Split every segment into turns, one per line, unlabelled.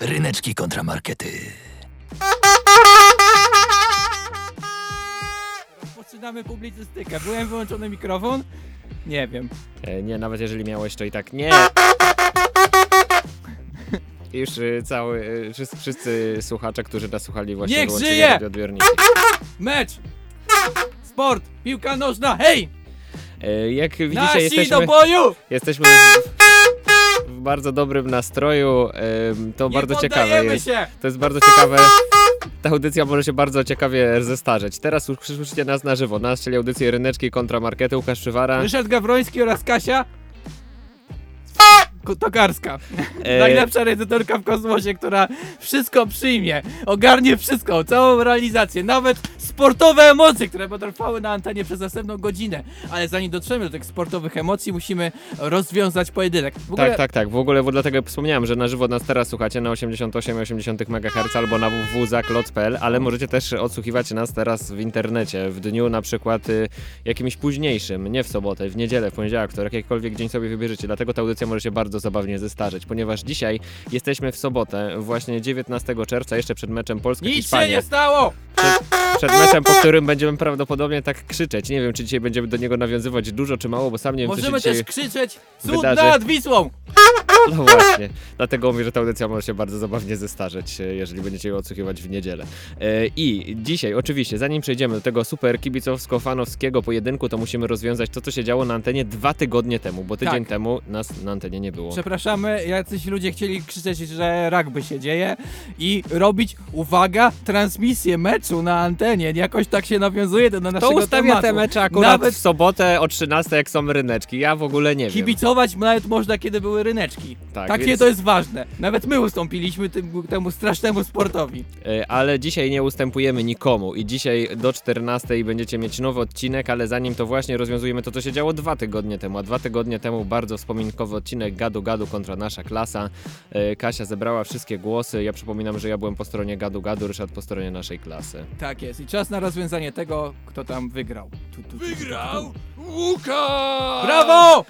Ryneczki kontra markety.
Rozpoczynamy publicystykę. Byłem wyłączony mikrofon? Nie wiem.
Nie, nawet jeżeli miałeś, to i tak nie. Już wszyscy słuchacze, którzy nas słuchali właśnie
Niech
wyłączyli
żyje!
radioodbiorniki.
Mecz! Sport! Piłka nożna! Hej!
Jak widzicie,
Nasi do boju!
jesteśmy w bardzo dobrym nastroju. To
Nie
bardzo ciekawe
poddajemy
jest.
się!
To jest bardzo ciekawe. Ta audycja może się bardzo ciekawie zestarzeć. Teraz usłyszycie nas na żywo. Nas, czyli audycję Ryneczki kontra markety. Łukasz Przywara.
Ryszard Gawroński oraz Kasia Tokarska. Najlepsza recytorka w kosmosie, która wszystko przyjmie, ogarnie wszystko, całą realizację, nawet sportowe emocje, które będą trwały na antenie przez następną godzinę. Ale zanim dotrzemy do tych sportowych emocji, musimy rozwiązać pojedynek. W ogóle...
Tak. W ogóle, bo dlatego wspomniałem, że na żywo nas teraz słuchacie na 88,8 MHz albo na www.zaklot.pl, ale możecie też odsłuchiwać nas teraz w internecie, w dniu na przykład jakimś późniejszym, nie w sobotę, w niedzielę, w poniedziałek, wtorek, jakikolwiek dzień sobie wybierzecie. Dlatego ta audycja może się bardzo zabawnie zestarzeć, ponieważ dzisiaj jesteśmy w sobotę, właśnie 19 czerwca, jeszcze przed meczem Polska-Hiszpania.
Nic się nie stało!
Przed meczem, po którym będziemy prawdopodobnie tak krzyczeć. Nie wiem, czy dzisiaj będziemy do niego nawiązywać dużo czy mało, bo sam nie wiem,
Możemy
co się
też
dzisiaj
krzyczeć cud
wydarzy.
nad Wisłą!
No właśnie, dlatego mówię, że ta audycja może się bardzo zabawnie zestarzeć, jeżeli będziecie ją odsłuchiwać w niedzielę. I dzisiaj, oczywiście, zanim przejdziemy do tego super kibicowsko-fanowskiego pojedynku, to musimy rozwiązać to, co się działo na antenie 2 tygodnie temu, bo tydzień temu nas na antenie nie było.
Przepraszamy, jacyś ludzie chcieli krzyczeć, że rugby się dzieje i robić, uwaga, transmisję meczu na antenie. Jakoś tak się nawiązuje do naszego
To ustawia
tematu.
te mecze akurat
Nawet
w sobotę o 13, jak są ryneczki. Ja w ogóle nie wiem.
kibicować nawet można, kiedy były ryneczki.
Tak,
Takie
więc-
to jest ważne. Nawet my ustąpiliśmy temu strasznemu sportowi.
Ale dzisiaj nie ustępujemy nikomu i dzisiaj do 14 będziecie mieć nowy odcinek, ale zanim to właśnie rozwiązujemy to, co się działo 2 tygodnie temu, a 2 tygodnie temu bardzo wspominkowy odcinek Gadu Gadu kontra nasza klasa. Kasia zebrała wszystkie głosy, ja przypominam, że ja byłem po stronie Gadu Gadu, Ryszard po stronie naszej klasy.
Tak jest. I czas na rozwiązanie tego, kto tam wygrał.
Wygrał Łukasz!
Brawo!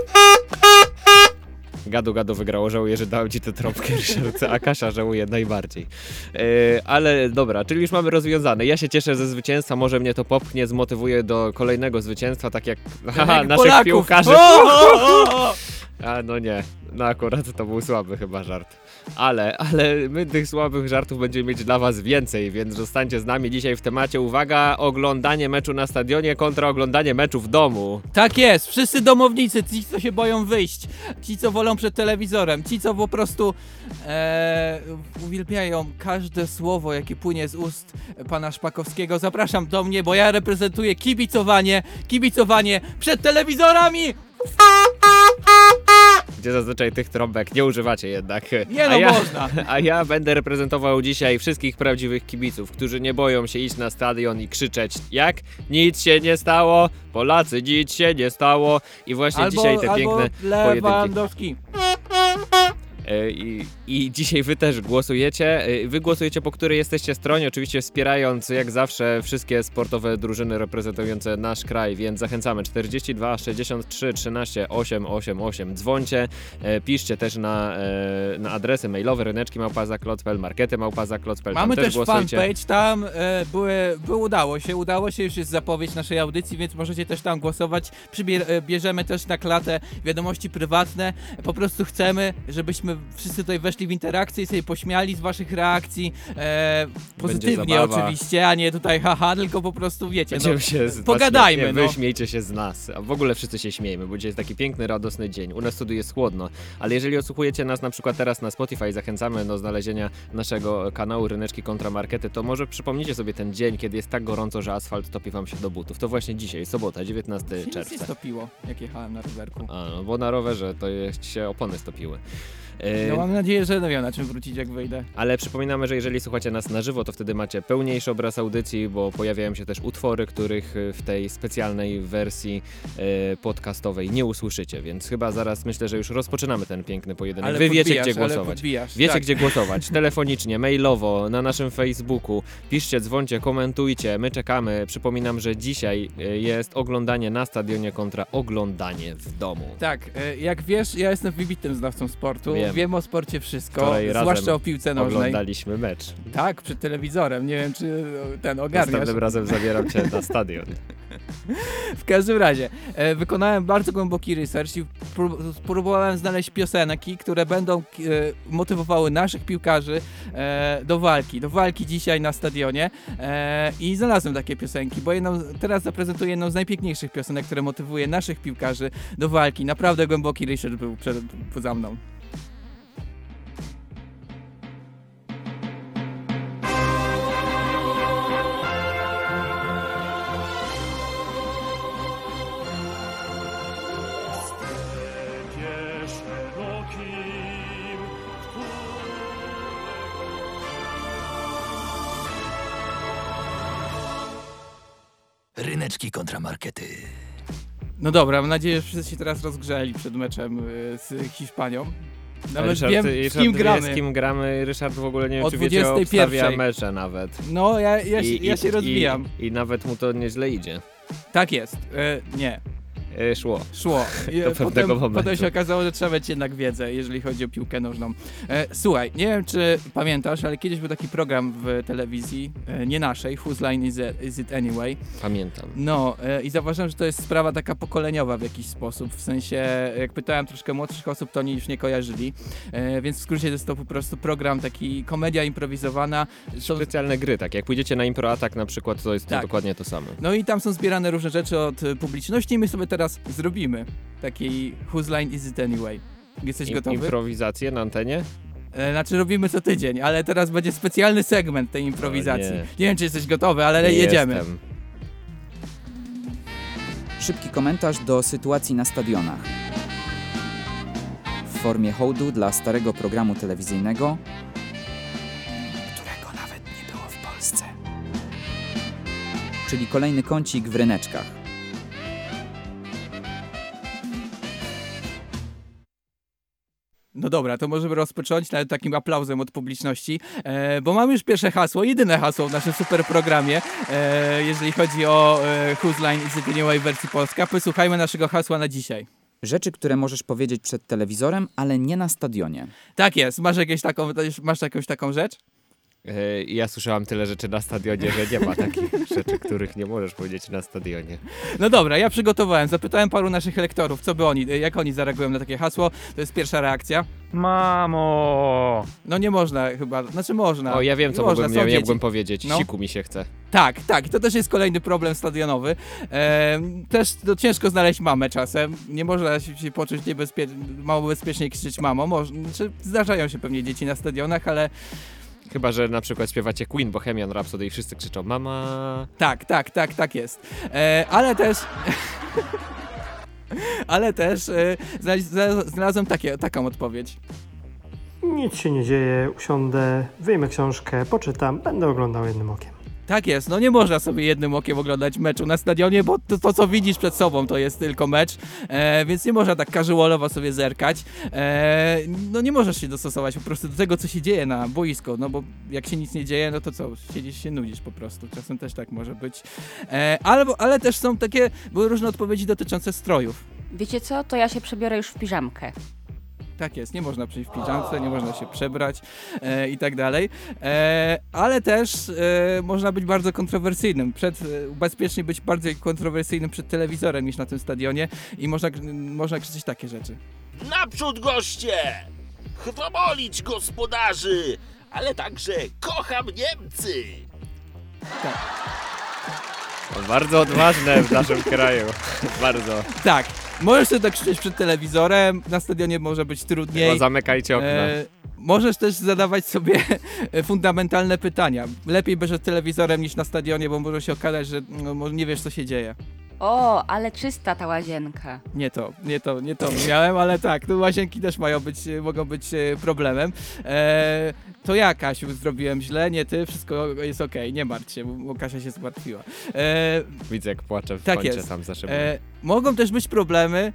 Gadu Gadu wygrało, żałuję, że dałem ci tę trąbkę, Ryszard, a Kasia żałuje najbardziej. Ale dobra, czyli już mamy rozwiązane. Ja się cieszę ze zwycięstwa, może mnie to popchnie, zmotywuje do kolejnego zwycięstwa, tak jak naszych
Polaków.
piłkarzy.
O!
A no nie, no akurat to był słaby chyba żart. Ale my tych słabych żartów będziemy mieć dla was więcej, więc zostańcie z nami dzisiaj w temacie. Uwaga, oglądanie meczu na stadionie kontra oglądanie meczu w domu.
Tak jest, wszyscy domownicy, ci co się boją wyjść, ci co wolą przed telewizorem, ci co po prostu uwielbiają każde słowo, jakie płynie z ust pana Szpakowskiego. Zapraszam do mnie, bo ja reprezentuję kibicowanie przed telewizorami!
Gdzie zazwyczaj tych trąbek nie używacie jednak.
Nie no, można.
A ja będę reprezentował dzisiaj wszystkich prawdziwych kibiców, którzy nie boją się iść na stadion i krzyczeć jak? Nic się nie stało, Polacy, nic się nie stało. I właśnie dzisiaj te piękne pojedynki.
Lewandowski.
I dzisiaj wy też głosujecie. Wy głosujecie, po której jesteście stronie, oczywiście wspierając jak zawsze wszystkie sportowe drużyny reprezentujące nasz kraj, więc zachęcamy 42 63 13 888. Dzwońcie, piszcie też na adresy mailowe ryneczki@zaklot.pl, markety@zaklot.pl.
Mamy
też
też
głosujcie.
fanpage, tam udało się, już jest zapowiedź naszej audycji, więc możecie też tam głosować. Bierzemy też na klatę wiadomości prywatne. Po prostu chcemy, żebyśmy wszyscy tutaj weszli w interakcję i sobie pośmiali z waszych reakcji. Pozytywnie
zabawa.
oczywiście, a nie tutaj haha, tylko po prostu wiecie.
Będziemy
No,
się z
pogadajmy,
was
no.
Wy śmiejcie się z nas. A w ogóle wszyscy się śmiejemy, bo dzisiaj jest taki piękny, radosny dzień. U nas tu jest chłodno, ale jeżeli odsłuchujecie nas na przykład teraz na Spotify, zachęcamy do znalezienia naszego kanału Ryneczki kontra Markety, to może przypomnijcie sobie ten dzień, kiedy jest tak gorąco, że asfalt topi wam się do butów. To właśnie dzisiaj, sobota, 19
się nic nie
czerwca.
stopiło, jak jechałem na rowerku.
A, no, bo na rowerze to się opony stopiły.
No mam nadzieję, że wiem na czym wrócić, jak wyjdę.
Ale przypominamy, że jeżeli słuchacie nas na żywo, to wtedy macie pełniejszy obraz audycji, bo pojawiają się też utwory, których w tej specjalnej wersji podcastowej nie usłyszycie, więc chyba zaraz myślę, że już rozpoczynamy ten piękny pojedynek.
Ale
Wy wiecie,
podbijasz,
gdzie
ale
głosować.
podbijasz,
Wiecie,
tak.
gdzie głosować. Telefonicznie, mailowo, na naszym Facebooku. Piszcie, dzwońcie, komentujcie. My czekamy. Przypominam, że dzisiaj jest oglądanie na stadionie kontra oglądanie w domu.
Tak, jak wiesz, ja jestem wybitnym znawcą sportu.
Wiem.
wiem o sporcie wszystko,
Wczoraj
zwłaszcza
razem
o piłce nożnej.
Oglądaliśmy mecz.
Tak, przed telewizorem, nie wiem czy ten ogarniasz.
Następnym razem zabieram cię na stadion.
W każdym razie, wykonałem bardzo głęboki research i próbowałem znaleźć piosenki, które będą motywowały naszych piłkarzy do walki dzisiaj na stadionie i znalazłem takie piosenki, bo teraz zaprezentuję jedną z najpiękniejszych piosenek, które motywuje naszych piłkarzy do walki. Naprawdę głęboki research był za mną.
Ryneczki kontra markety.
No dobra, mam nadzieję, że wszyscy się teraz rozgrzeli przed meczem z Hiszpanią. Nawet
Ryszard,
wiem, z kim gramy.
Z kim gramy. Ryszard w ogóle nie wiem,
O
czy wiecie,
21:00.
obstawia mecze nawet.
No, ja się rozwijam.
I nawet mu to nieźle idzie.
Tak jest. Nie.
Szło. Do pewnego momentu.
Potem się okazało, że trzeba mieć jednak wiedzę, jeżeli chodzi o piłkę nożną. Słuchaj, nie wiem, czy pamiętasz, ale kiedyś był taki program w telewizji, nie naszej, Whose Line is it Anyway?
Pamiętam.
No, i zauważyłem, że to jest sprawa taka pokoleniowa w jakiś sposób, w sensie, jak pytałem troszkę młodszych osób, to oni już nie kojarzyli, więc w skrócie to jest to po prostu program, taki komedia improwizowana.
Specjalne gry, tak. Jak pójdziecie na Impro Attack na przykład, to jest to dokładnie to samo.
No i tam są zbierane różne rzeczy od publiczności i my sobie teraz zrobimy taki Whose Line is it Anyway? Jesteś gotowy?
Improwizację na antenie?
Znaczy robimy co tydzień, ale teraz będzie specjalny segment tej improwizacji.
Nie.
Nie wiem, czy jesteś gotowy, ale jedziemy.
Jestem.
Szybki komentarz do sytuacji na stadionach. W formie hołdu dla starego programu telewizyjnego, którego nawet nie było w Polsce. Czyli kolejny kącik w ryneczkach.
No dobra, to możemy rozpocząć nawet takim aplauzem od publiczności, bo mamy już pierwsze hasło, jedyne hasło w naszym super programie, jeżeli chodzi o Whose Line is it Anyway w wersji polska. Posłuchajmy naszego hasła na dzisiaj.
Rzeczy, które możesz powiedzieć przed telewizorem, ale nie na stadionie.
Tak jest, masz jakąś taką rzecz?
Ja słyszałam tyle rzeczy na stadionie, że nie ma takich rzeczy, których nie możesz powiedzieć na stadionie.
No dobra, ja przygotowałem, zapytałem paru naszych lektorów, jak oni zareagują na takie hasło. To jest pierwsza reakcja.
Mamo!
No nie można chyba, znaczy można.
O, ja wiem, co
można, są dzieci.
mógłbym powiedzieć.
No.
Siku mi się chce.
Tak, to też jest kolejny problem stadionowy. Też to ciężko znaleźć mamę czasem. Nie można się poczuć mało bezpiecznie krzyczeć mamo. Zdarzają się pewnie dzieci na stadionach, ale
Chyba że na przykład śpiewacie Queen, Bohemian Rhapsody i wszyscy krzyczą mama.
tak jest. Ale też... znalazłem taką odpowiedź.
Nic się nie dzieje, usiądę, wyjmę książkę, poczytam, będę oglądał jednym okiem.
Tak jest, no nie można sobie jednym okiem oglądać meczu na stadionie, bo to co widzisz przed sobą, to jest tylko mecz, więc nie można tak casualowo sobie zerkać. No nie możesz się dostosować po prostu do tego, co się dzieje na boisku, no bo jak się nic nie dzieje, no to co, siedzisz się nudzisz po prostu, czasem też tak może być. Ale też były różne odpowiedzi dotyczące strojów.
Wiecie co? To ja się przebiorę już w piżamkę.
Tak jest, nie można przyjść w piżamce, nie można się przebrać i tak dalej, ale też można być bardzo kontrowersyjnym, bezpiecznie być bardziej kontrowersyjnym przed telewizorem niż na tym stadionie i można krzyczeć takie rzeczy.
Naprzód goście! Chwolić gospodarzy! Ale także kocham Niemcy!
Bardzo odważne w naszym kraju. Bardzo.
Tak, możesz sobie tak krzyczeć przed telewizorem, na stadionie może być trudniej.
Tylko zamykajcie okna.
Możesz też zadawać sobie fundamentalne pytania. Lepiej przed telewizorem niż na stadionie, bo może się okazać, że nie wiesz, co się dzieje.
O, ale czysta ta łazienka.
Nie to miałem, ale tak, tu łazienki też mogą być problemem. To ja, Kasiu, zrobiłem źle, nie ty, wszystko jest okej, nie martw się, bo Kasia się zmartwiła.
Widzę, jak płaczę w
tak
kącie
jest.
sam za szybą.
Mogą też być problemy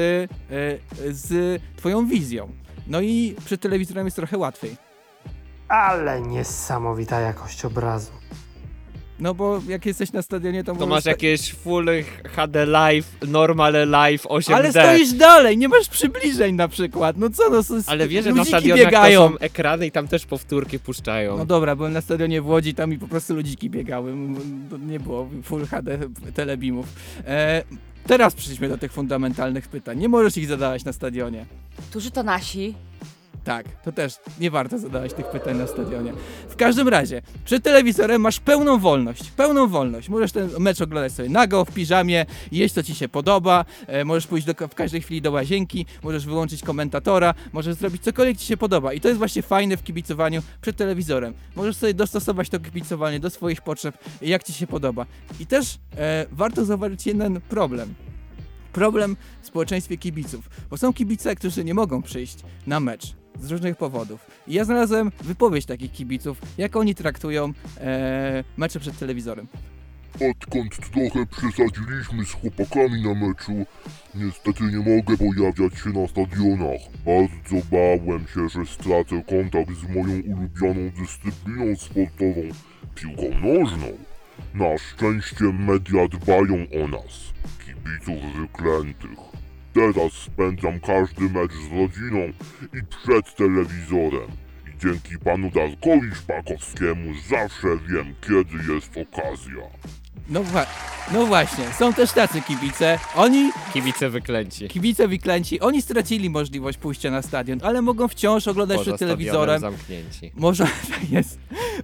z twoją wizją. No i przed telewizorem jest trochę łatwiej.
Ale niesamowita jakość obrazu.
No bo jak jesteś na stadionie, to
To
możesz
masz jakieś full HD live, normal live 8D.
Ale stoisz dalej, nie masz przybliżeń na przykład. No co, no
Ale wiesz, że na
ludziki
stadionach
biegają.
to są ekrany i tam też powtórki puszczają.
No dobra, byłem na stadionie w Łodzi, tam i po prostu ludziki biegały. To nie było Full HD telebimów. Teraz przyszliśmy do tych fundamentalnych pytań. Nie możesz ich zadawać na stadionie.
Którzy to nasi?
Tak, to też nie warto zadawać tych pytań na stadionie. W każdym razie, przed telewizorem masz pełną wolność. Pełną wolność. Możesz ten mecz oglądać sobie nago, w piżamie, jeść co ci się podoba, możesz pójść w każdej chwili do łazienki, możesz wyłączyć komentatora, możesz zrobić cokolwiek ci się podoba. I to jest właśnie fajne w kibicowaniu przed telewizorem. Możesz sobie dostosować to kibicowanie do swoich potrzeb, jak ci się podoba. I też warto zauważyć jeden problem. Problem w społeczeństwie kibiców, bo są kibice, którzy nie mogą przyjść na mecz z różnych powodów. I ja znalazłem wypowiedź takich kibiców, jak oni traktują mecze przed telewizorem.
Odkąd trochę przesadziliśmy z chłopakami na meczu, niestety nie mogę pojawiać się na stadionach. Bardzo bałem się, że stracę kontakt z moją ulubioną dyscypliną sportową, piłką nożną. Na szczęście media dbają o nas, kibiców wyklętych. Teraz spędzam każdy mecz z rodziną i przed telewizorem. I dzięki panu Darkowi Szpakowskiemu zawsze wiem, kiedy jest okazja.
No właśnie, są też tacy kibice.
Kibice wyklęci.
Oni stracili możliwość pójścia na stadion, ale mogą wciąż oglądać
Poza
przed telewizorem.
zamknięci.
Można, tak jest.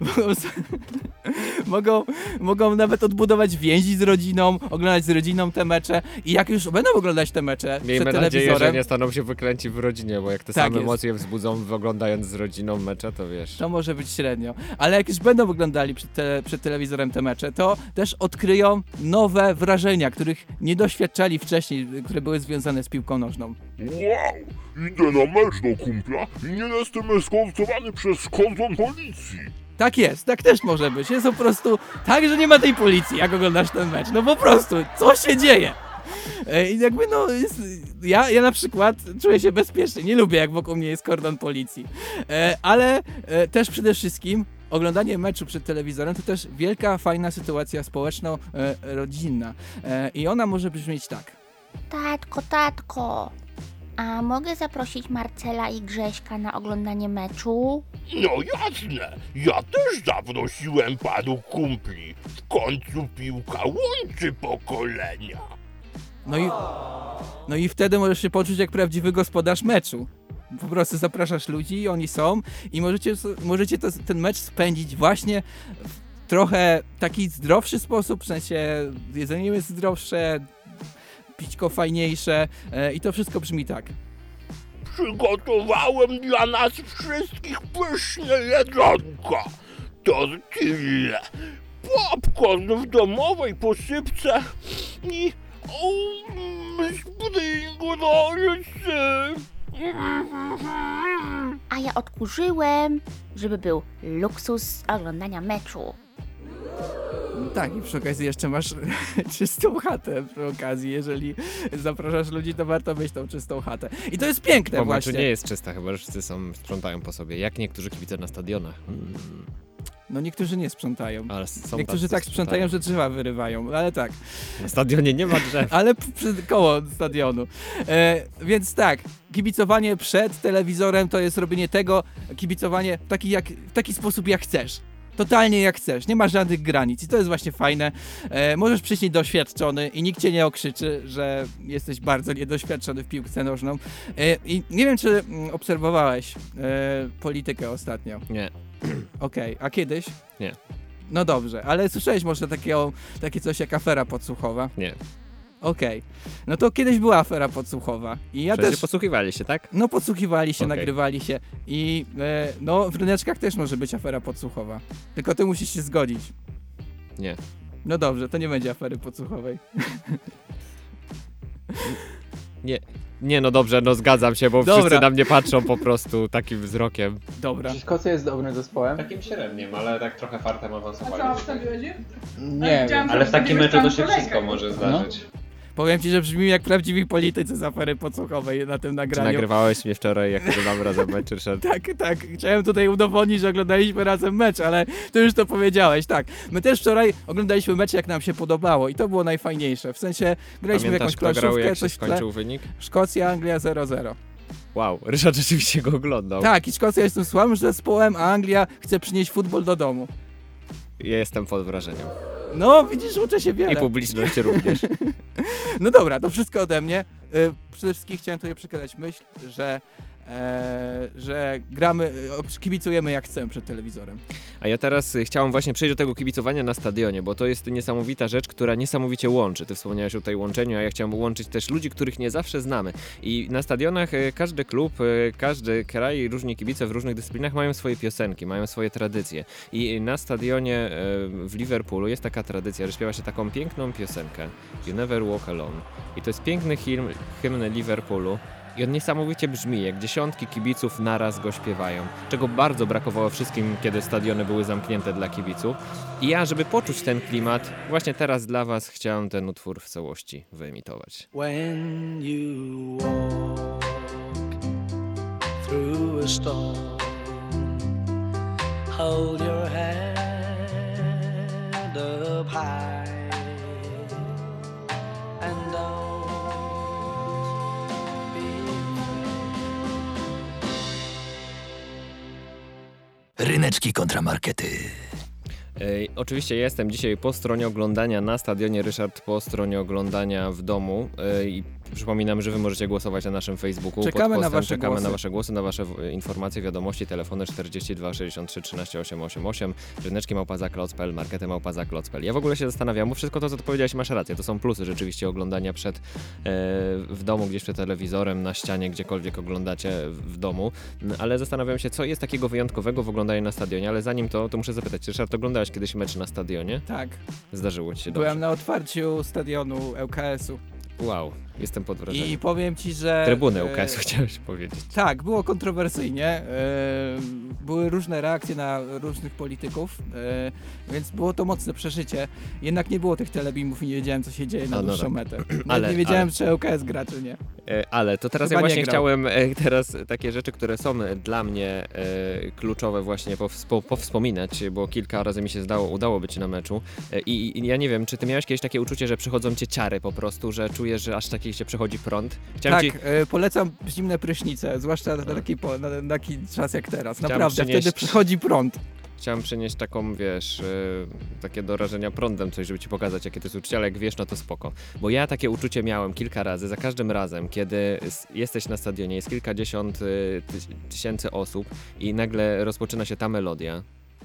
Mogą nawet odbudować więzi z rodziną, oglądać z rodziną te mecze i jak już będą oglądać te mecze
Miejmy
przed
nadzieję,
telewizorem,
że nie staną się wyklęci w rodzinie, bo jak te
Tak
same
jest.
emocje wzbudzą oglądając z rodziną mecze, to wiesz.
to może być średnio. Ale jak już będą oglądali przed telewizorem te mecze, to też odkryją nowe wrażenia, których nie doświadczali wcześniej, które były związane z piłką nożną.
Wow! Idę na mecz do kumpla i nie jestem eskortowany przez kordon policji.
Tak jest, tak też może być. Jest po prostu tak, że nie ma tej policji, jak oglądasz ten mecz. No po prostu, co się dzieje? I jakby no, ja na przykład czuję się bezpiecznie, nie lubię jak wokół mnie jest kordon policji. Ale też przede wszystkim oglądanie meczu przed telewizorem to też wielka, fajna sytuacja społeczno-rodzinna. I ona może brzmieć tak.
Tatko, a mogę zaprosić Marcela i Grześka na oglądanie meczu?
No jasne, ja też zaprosiłem paru kumpli. W końcu piłka łączy pokolenia.
No i wtedy możesz się poczuć jak prawdziwy gospodarz meczu. Po prostu zapraszasz ludzi, oni są i możecie ten mecz spędzić właśnie w trochę taki zdrowszy sposób, w sensie jedzenie jest zdrowsze, pićko fajniejsze i to wszystko brzmi tak.
Przygotowałem dla nas wszystkich pyszne jedzonko. Tortille, popcorn w domowej posypce i spring rollsy.
A ja odkurzyłem, żeby był luksus oglądania meczu.
Tak, i przy okazji jeszcze masz czystą chatę przy okazji, jeżeli zapraszasz ludzi, to warto mieć tą czystą chatę. I to jest piękne
Po
właśnie.
meczu nie jest czysta, chyba że wszyscy sprzątają po sobie, jak niektórzy kibice na stadionach.
No niektórzy nie sprzątają.
Ale są
Niektórzy
tacy,
tak
co
sprzątają, że drzewa wyrywają, ale tak.
Na stadionie nie ma drzew.
Ale koło stadionu. Więc tak, kibicowanie przed telewizorem to jest robienie tego, kibicowanie w taki sposób jak chcesz. Totalnie jak chcesz, nie ma żadnych granic i to jest właśnie fajne. Możesz przyjść niedoświadczony i nikt cię nie okrzyczy, że jesteś bardzo niedoświadczony w piłce nożną. I nie wiem, czy obserwowałeś politykę ostatnio.
Nie.
Okej, a kiedyś?
Nie.
No dobrze, ale słyszałeś może takie coś jak afera podsłuchowa?
Nie.
Okej. No to kiedyś była afera podsłuchowa i ja
Wszędzie
też...
podsłuchiwali się, tak?
No podsłuchiwali się,
Okej.
nagrywali się i no w ryneczkach też może być afera podsłuchowa. Tylko ty musisz się zgodzić.
Nie.
No dobrze, to nie będzie afery podsłuchowej.
Nie, no dobrze, no zgadzam się, bo
Dobra.
wszyscy na mnie patrzą po prostu takim wzrokiem.
Dobra.
Szkocja jest dobrym zespołem?
Takim średnim, ale tak trochę fartem awansowali.
A co, wstawiłeś je?
Nie wiem.
Ale w takim meczu to się wszystko może zdarzyć.
Powiem ci, że brzmi jak prawdziwi politycy z afery podsłuchowej na tym
Czy
nagraniu.
nagrywałeś mnie wczoraj, jak oglądamy razem mecz, Ryszard?
Tak. Chciałem tutaj udowodnić, że oglądaliśmy razem mecz, ale ty już to powiedziałeś, tak. My też wczoraj oglądaliśmy mecz, jak nam się podobało i to było najfajniejsze. W sensie graliśmy w
Pamiętasz,
jakąś
kto grał,
planszówkę,
jak się
coś w tle.
skończył wynik?
Szkocja, Anglia 0-0.
Wow, Ryszard rzeczywiście go oglądał.
Tak, i Szkocja jest tym słabym zespołem, a Anglia chce przynieść futbol do domu.
Ja jestem pod wrażeniem.
No, widzisz, uczę się
I
wiele.
publiczność również.
No dobra, to wszystko ode mnie. Przede wszystkim chciałem tutaj przekazać myśl, że gramy, kibicujemy jak chcemy przed telewizorem.
A ja teraz chciałem właśnie przejść do tego kibicowania na stadionie, bo to jest niesamowita rzecz, która niesamowicie łączy. Ty wspomniałeś o tej łączeniu, a ja chciałem łączyć też ludzi, których nie zawsze znamy. I na stadionach każdy klub, każdy kraj, różni kibice w różnych dyscyplinach mają swoje piosenki, mają swoje tradycje. I na stadionie w Liverpoolu jest taka tradycja, że śpiewa się taką piękną piosenkę You Never Walk Alone. I to jest piękny hymn Liverpoolu. I on niesamowicie brzmi, jak dziesiątki kibiców naraz go śpiewają, czego bardzo brakowało wszystkim, kiedy stadiony były zamknięte dla kibiców. I ja, żeby poczuć ten klimat, właśnie teraz dla was chciałem ten utwór w całości wyemitować.
When you walk through a storm, hold your head up high and don't
Ryneczki kontra markety.
Oczywiście jestem dzisiaj po stronie oglądania na stadionie, Ryszard po stronie oglądania w domu i przypominam, że wy możecie głosować na naszym Facebooku.
Czekamy na wasze
czekamy
głosy.
na wasze głosy, na wasze informacje, wiadomości, telefony 42 63 13 888, ryneczki@zakloc.pl, markety@zakloc.pl. Ja w ogóle się zastanawiam, bo wszystko to, co ty powiedziałeś, masz rację, to są plusy rzeczywiście oglądania w domu, gdzieś przed telewizorem, na ścianie, gdziekolwiek oglądacie w domu, ale zastanawiam się, co jest takiego wyjątkowego w oglądaniu na stadionie, ale zanim to muszę zapytać, Ryszard, oglądałeś kiedyś mecz na stadionie?
Tak.
Zdarzyło ci się
Byłem
dobrze?
na otwarciu stadionu ŁKS-u.
Wow, jestem pod wrażeniem.
I powiem ci, że...
Trybuny UKS-u chciałeś powiedzieć.
Tak, było kontrowersyjnie. Były różne reakcje na różnych polityków, więc było to mocne przeżycie. Jednak nie było tych telebimów i nie wiedziałem, co się dzieje na dłuższą
tak.
metę. Nawet nie wiedziałem, czy ŁKS gra, czy nie.
Ale to teraz
Chyba
ja
nie
właśnie
grał.
chciałem teraz takie rzeczy, które są dla mnie kluczowe właśnie powspominać, bo kilka razy mi się udało być na meczu i ja nie wiem, czy ty miałeś kiedyś takie uczucie, że przychodzą cię ciary po prostu, że czujesz, że aż taki się przechodzi prąd?
Polecam zimne prysznice, zwłaszcza na taki czas jak teraz.
Chciałem
Naprawdę,
przynieść-
wtedy przychodzi prąd.
Chciałem przynieść taką, wiesz, takie do rażenia prądem coś, żeby ci pokazać, jakie to jest uczucie, ale jak wiesz, no to spoko. Bo ja takie uczucie miałem kilka razy, za każdym razem, kiedy jesteś na stadionie, jest kilkadziesiąt tysięcy osób i nagle rozpoczyna się ta melodia.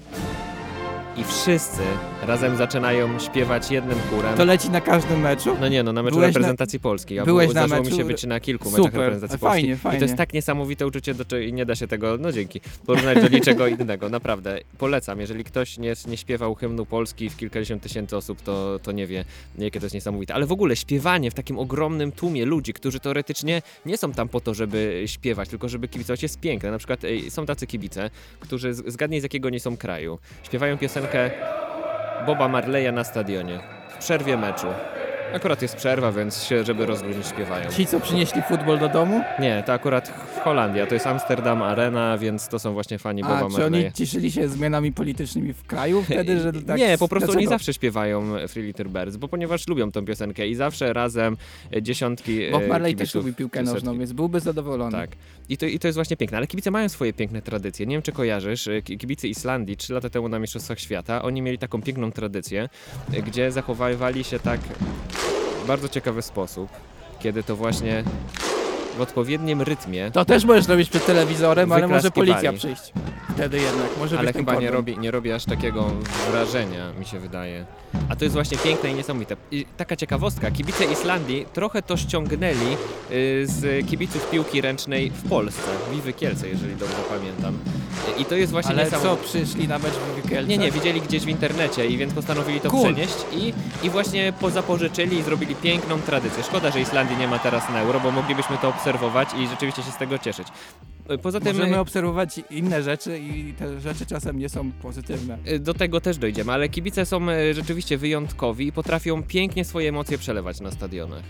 I wszyscy razem zaczynają śpiewać jednym chórem.
To leci na każdym meczu?
No nie, no na meczu
Byłeś
reprezentacji Polski.
byłeś na
zdarzyło
meczu?
mi się być na kilku
Super,
meczach reprezentacji
fajnie,
Polski.
fajnie.
I to jest tak niesamowite uczucie, i nie da się tego, no dzięki, porównać do niczego innego. Naprawdę, polecam. Jeżeli ktoś nie śpiewał hymnu Polski w kilkadziesiąt tysięcy osób, to nie wie, jakie to jest niesamowite. Ale w ogóle śpiewanie w takim ogromnym tłumie ludzi, którzy teoretycznie nie są tam po to, żeby śpiewać, tylko żeby kibicować, jest piękne. Na przykład są tacy kibice, którzy, zgadnij z jakiego nie są kraju, śpiewają piosenkę Boba Marleya na stadionie, w przerwie meczu. Akurat jest przerwa, więc się, żeby rozluźnić, śpiewają.
Ci, co przynieśli futbol do domu?
Nie, to akurat w Holandii, a to jest Amsterdam Arena, więc to są właśnie fani Boba
A czy
Marleya.
oni cieszyli się zmianami politycznymi w kraju wtedy, że tak...
Nie, po prostu oni
dlaczego?
zawsze śpiewają Three Little Birds, bo ponieważ lubią tą piosenkę i zawsze razem dziesiątki
Bob Marley też
kibiców,
lubi piłkę
setki.
nożną, więc byłby zadowolony.
Tak. I to jest właśnie piękne, ale kibice mają swoje piękne tradycje. Nie wiem, czy kojarzysz, kibice Islandii 3 lata temu na Mistrzostwach Świata, oni mieli taką piękną tradycję, gdzie zachowywali się tak w bardzo ciekawy sposób, kiedy to właśnie w odpowiednim rytmie.
To też możesz robić przed telewizorem, ale może policja
wyklaskiwali.
przyjść. Wtedy jednak, może
Ale
być ten
chyba
problem.
nie robi aż takiego wrażenia, mi się wydaje. A to jest właśnie piękne i niesamowite. I taka ciekawostka, kibice Islandii trochę to ściągnęli z kibiców piłki ręcznej w Polsce, w Wiwy Kielce, jeżeli dobrze pamiętam. I to jest właśnie
Ale
niesamowite.
co, przyszli na mecz w Wielkielce?
Nie, widzieli gdzieś w internecie i więc postanowili to
Cool.
przenieść i właśnie zapożyczyli i zrobili piękną tradycję. Szkoda, że Islandii nie ma teraz na Euro, bo moglibyśmy to obserwować i rzeczywiście się z tego cieszyć. Poza tym
Możemy obserwować inne rzeczy i te rzeczy czasem nie są pozytywne.
do tego też dojdziemy, ale kibice są rzeczywiście wyjątkowi i potrafią pięknie swoje emocje przelewać na stadionach.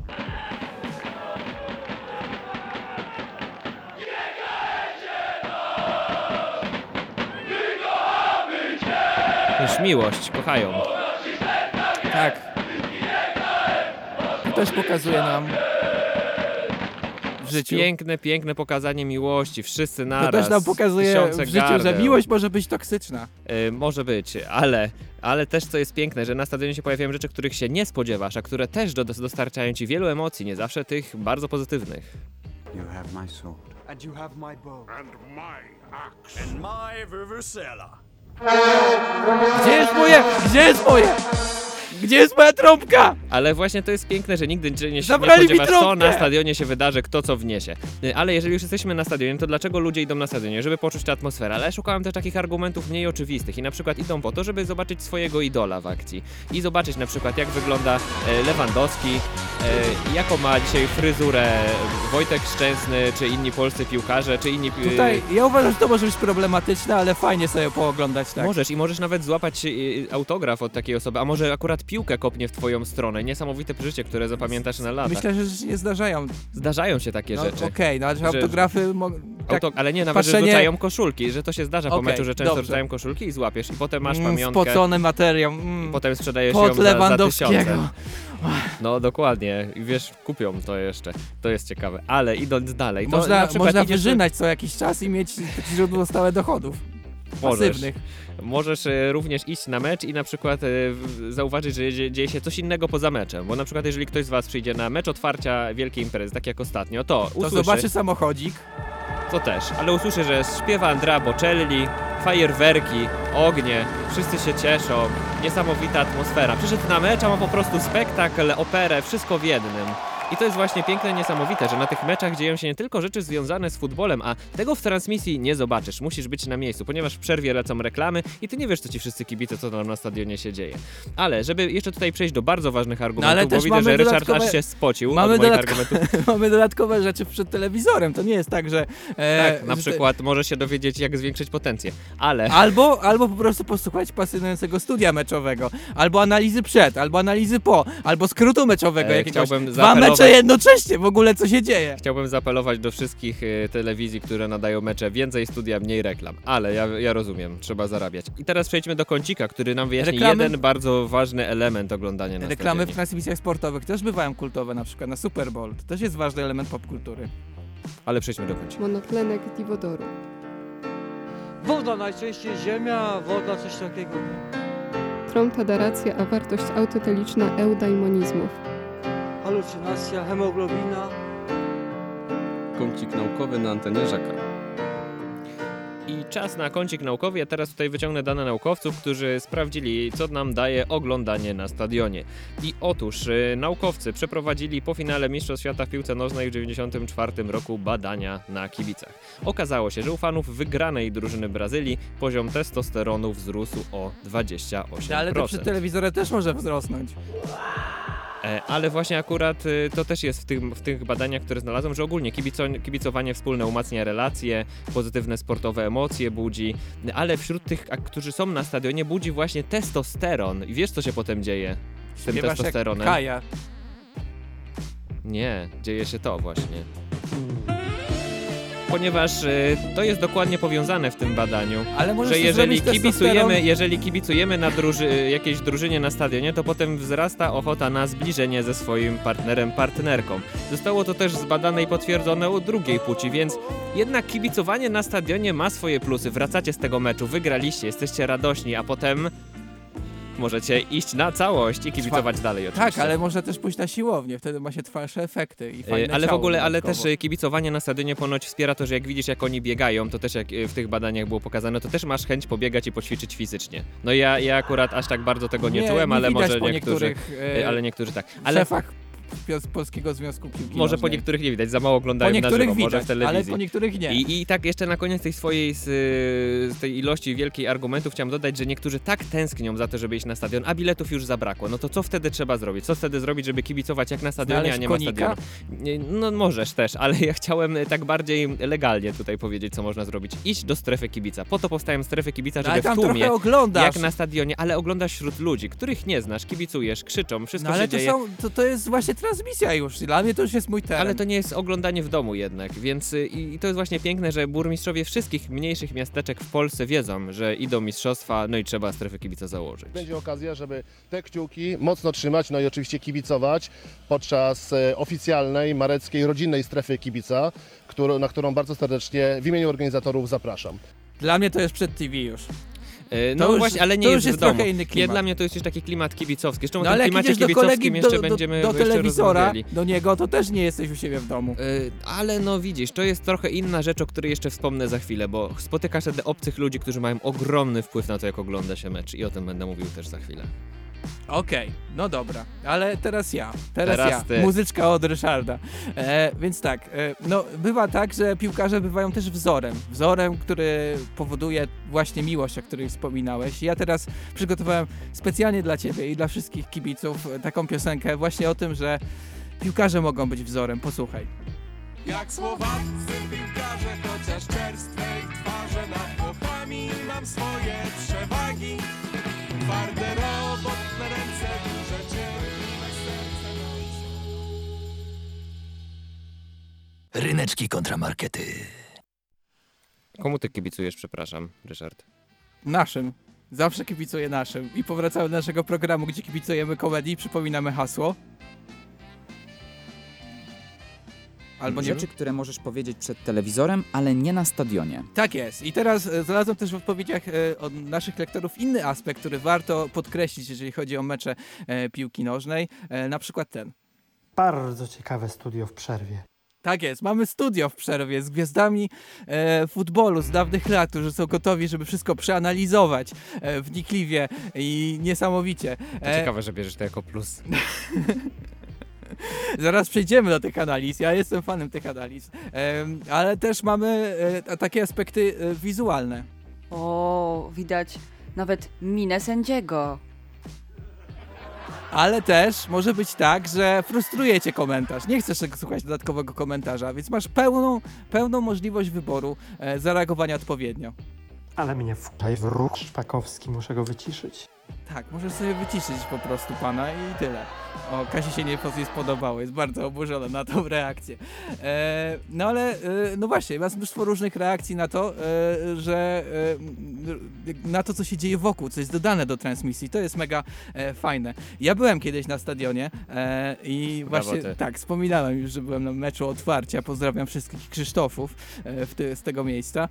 Już miłość, kochają.
Tak. To też pokazuje nam w życiu.
Piękne pokazanie miłości, wszyscy
To
naraz.
też nam pokazuje
tysiące
w życiu, że
gardeł.
miłość może być toksyczna.
Może być, ale też co jest piękne, że na stadionie się pojawiają rzeczy, których się nie spodziewasz, a które też dostarczają ci wielu emocji, nie zawsze tych bardzo pozytywnych.
You have my sword. And you have my bow. And my axe. And my vuvuzela.
Gdzie jest moje? Gdzie jest moje? Gdzie jest moja trąbka?
Ale właśnie to jest piękne, że nigdy nie
Zabrali mi
spodziewasz, co
trąbkę!
na stadionie się wydarzy, kto co wniesie. Ale jeżeli już jesteśmy na stadionie, to dlaczego ludzie idą na stadionie? Żeby poczuć tę atmosferę. Ale szukałem też takich argumentów mniej oczywistych i na przykład idą po to, żeby zobaczyć swojego idola w akcji. I zobaczyć na przykład, jak wygląda Lewandowski, jaką ma dzisiaj fryzurę Wojtek Szczęsny, czy inni polscy piłkarze, czy inni...
Tutaj ja uważam, że to może być problematyczne, ale fajnie sobie pooglądać, tak.
Możesz i możesz nawet złapać autograf od takiej osoby, a może akurat piłkę kopnie w twoją stronę. Niesamowite przeżycie, które zapamiętasz na lata.
Myślę, że się nie zdarzają.
Zdarzają się takie
No,
rzeczy.
Okej, no ale
Że-
autografy... Tak,
Ale nie, nawet, że
patrzenie-
rzucają koszulki, że to się zdarza po
Okej,
meczu, że często
dobrze.
rzucają koszulki i złapiesz i potem masz pamiątkę,
spocony materiał.
potem sprzedajesz
Pod
ją za
Lewandowskiego.
1000. No dokładnie, i wiesz, kupią to jeszcze, to jest ciekawe, ale idąc dalej, to
Można,
na przykład
można
idziesz-
wyżynać co jakiś czas i mieć źródło stałe dochodów.
Możesz.
Pasywnych.
Możesz również iść na mecz i na przykład zauważyć, że dzieje się coś innego poza meczem, bo na przykład jeżeli ktoś z was przyjdzie na mecz otwarcia wielkiej imprezy, tak jak ostatnio, to
To
usłyszy,
zobaczy samochodzik.
to też, ale usłyszy, że śpiewa Andrea Bocelli, fajerwerki, ognie, wszyscy się cieszą, niesamowita atmosfera. Przyszedł na mecz, a ma po prostu spektakl, operę, wszystko w jednym. I to jest właśnie piękne i niesamowite, że na tych meczach dzieją się nie tylko rzeczy związane z futbolem, a tego w transmisji nie zobaczysz. Musisz być na miejscu, ponieważ w przerwie lecą reklamy i ty nie wiesz, co ci wszyscy kibice, co tam na stadionie się dzieje. Ale żeby jeszcze tutaj przejść do bardzo ważnych argumentów,
ale
bo
też
widzę,
mamy
że Ryszard
dodatkowe-
aż się spocił
mamy
od moich
dodatko-
argumentów.
Mamy dodatkowe rzeczy przed telewizorem. To nie jest tak, że...
Tak, na
że-
przykład możesz się dowiedzieć, jak zwiększyć potencję, ale...
Albo po prostu posłuchać pasjonującego studia meczowego, albo analizy przed, albo analizy po, albo skrótu meczowego jakiegoś.
chciałbym
Dwa
zaapelować-
mecze jednocześnie, w ogóle co się dzieje.
Chciałbym zaapelować do wszystkich telewizji, które nadają mecze, więcej studia, mniej reklam, ale ja rozumiem, trzeba zarabiać. I teraz przejdźmy do kącika, który nam wyjaśni
Reklamy-
jeden bardzo ważny element oglądania na
Reklamy w
stadionie.
transmisjach sportowych też bywają kultowe, na przykład na Super Bowl. To też jest ważny element popkultury.
Ale przejdźmy do kącika.
Monotlenek diwodoru.
Woda najczęściej ziemia, woda coś takiego.
Tromtadaracja, a wartość autoteliczna eudaimonizmów.
Halucynacja, hemoglobina.
Kącik naukowy na antenie Żaka.
I czas na kącik naukowy. Ja teraz tutaj wyciągnę dane naukowców, którzy sprawdzili, co nam daje oglądanie na stadionie. I otóż naukowcy przeprowadzili po finale Mistrzostw Świata w piłce nożnej w 1994 roku badania na kibicach. Okazało się, że u fanów wygranej drużyny Brazylii poziom testosteronu wzrósł o 28%.
Ale to przy telewizorze też może wzrosnąć.
Ale właśnie akurat to też jest w tych badaniach, które znalazłem, że ogólnie kibicowanie wspólne umacnia relacje, pozytywne sportowe emocje budzi, ale wśród tych, którzy są na stadionie, budzi właśnie testosteron. I wiesz, co się potem dzieje z tym
Śpiewasz jak
testosteronem?
Kaja.
Nie, dzieje się to właśnie. Ponieważ to jest dokładnie powiązane w tym badaniu,
Ale możesz
że
sobie zrobić testosteron-
jeżeli kibicujemy na jakiejś drużynie na stadionie, to potem wzrasta ochota na zbliżenie ze swoim partnerką. Zostało to też zbadane i potwierdzone u drugiej płci, więc jednak kibicowanie na stadionie ma swoje plusy. Wracacie z tego meczu, wygraliście, jesteście radośni, a potem możecie iść na całość i kibicować dalej oczywiście.
Tak, ale można też pójść na siłownię, wtedy ma się trwalsze efekty i fajne
Ale w
ciało
ogóle, ale też
dodatkowo.
kibicowanie na stadionie ponoć wspiera to, że jak widzisz, jak oni biegają, to też jak w tych badaniach było pokazane, to też masz chęć pobiegać i poćwiczyć fizycznie. No ja akurat aż tak bardzo tego nie czułem, ale
widać
może
po
niektórzy,
niektórych
ale niektórzy tak. Ale
szefach z Polskiego Związku Piłki
Może po
Nożnej.
niektórych nie widać, za mało
Po
oglądają na
niektórych
żywo, może
widać,
w telewizji.
ale po niektórych nie.
I tak jeszcze na koniec tej swojej, z tej ilości wielkiej argumentów chciałem dodać, że niektórzy tak tęsknią za to, żeby iść na stadion, a biletów już zabrakło. No to co wtedy trzeba zrobić? Co wtedy zrobić, żeby kibicować jak na stadionie,
Znaleźć
a nie ma
konika?
stadionu? No możesz też, ale ja chciałem tak bardziej legalnie tutaj powiedzieć, co można zrobić. Idź do strefy kibica. Po to powstają strefy kibica,
No,
żeby
ale tam
w tłumie,
trochę oglądasz.
jak na stadionie, ale oglądasz wśród ludzi, których nie znasz, kibicujesz, krzyczą, wszystko
No ale
się dzieje.
to jest właśnie transmisja już. Dla mnie to już jest mój teren.
Ale to nie jest oglądanie w domu jednak, więc i to jest właśnie piękne, że burmistrzowie wszystkich mniejszych miasteczek w Polsce wiedzą, że idą mistrzostwa, no i trzeba strefę kibica założyć.
Będzie okazja, żeby te kciuki mocno trzymać, no i oczywiście kibicować podczas oficjalnej, mareckiej, rodzinnej strefy kibica, na którą bardzo serdecznie w imieniu organizatorów zapraszam.
Dla mnie to jest przed TV już.
No
już-
właśnie, ale nie
to
jest
już
w domu.
trochę inny klimat.
Dla mnie to jest już taki klimat kibicowski. Zresztą o
No
tym
ale jak
klimacie
idziesz do
kibicowskim
kolegi,
jeszcze
do
będziemy
do
jeszcze
telewizora,
rozmawiali.
do niego, to też nie jesteś u siebie w domu.
Ale no widzisz, to jest trochę inna rzecz, o której jeszcze wspomnę za chwilę, bo spotykasz wtedy obcych ludzi, którzy mają ogromny wpływ na to, jak ogląda się mecz i o tym będę mówił też za chwilę.
Okej, no dobra, ale teraz ja.
Teraz
ja.
ty.
Muzyczka od Ryszarda. Więc tak, no bywa tak, że piłkarze bywają też wzorem. Wzorem, który powoduje właśnie miłość, o której wspominałeś. Ja teraz przygotowałem specjalnie dla ciebie i dla wszystkich kibiców taką piosenkę właśnie o tym, że piłkarze mogą być wzorem. Posłuchaj.
Jak słowaccy piłkarze, chociaż czerstwej twarze nad chłopami mam swoje przewagi. Twarde, robotne ręce, duże cierpliwe serce.
Ryneczki kontramarkety.
Komu ty kibicujesz, przepraszam, Ryszard?
Naszym. Zawsze kibicuję naszym. I powracamy do naszego programu, gdzie kibicujemy komedii. Przypominamy hasło. Albo nie
Rzeczy, które możesz powiedzieć przed telewizorem, ale nie na stadionie.
Tak jest. I teraz znalazłem też w odpowiedziach od naszych lektorów inny aspekt, który warto podkreślić, jeżeli chodzi o mecze piłki nożnej. Na przykład ten.
Bardzo ciekawe studio w przerwie.
Tak jest, mamy studio w przerwie z gwiazdami futbolu z dawnych lat, którzy są gotowi, żeby wszystko przeanalizować wnikliwie i niesamowicie.
To ciekawe, że bierzesz to jako plus.
Zaraz przejdziemy do tych analiz, ja jestem fanem tych analiz, ale też mamy takie aspekty wizualne.
O, widać nawet minę sędziego.
Ale też może być tak, że frustruje cię komentarz. Nie chcesz słuchać dodatkowego komentarza, więc masz pełną możliwość wyboru zareagowania odpowiednio.
Ale mnie wklej w ruch Szpakowski, muszę go wyciszyć.
Tak, możesz sobie wyciszyć po prostu pana i tyle. O, Kasi się nie spodobało, jest bardzo oburzona na tą reakcję. No ale, no właśnie, jest mnóstwo różnych reakcji na to, że na to, co się dzieje wokół, co jest dodane do transmisji. To jest mega fajne. Ja byłem kiedyś na stadionie i
Brawo
właśnie,
ty.
tak, wspominałem już, że byłem na meczu otwarcia. Pozdrawiam wszystkich Krzysztofów z tego miejsca.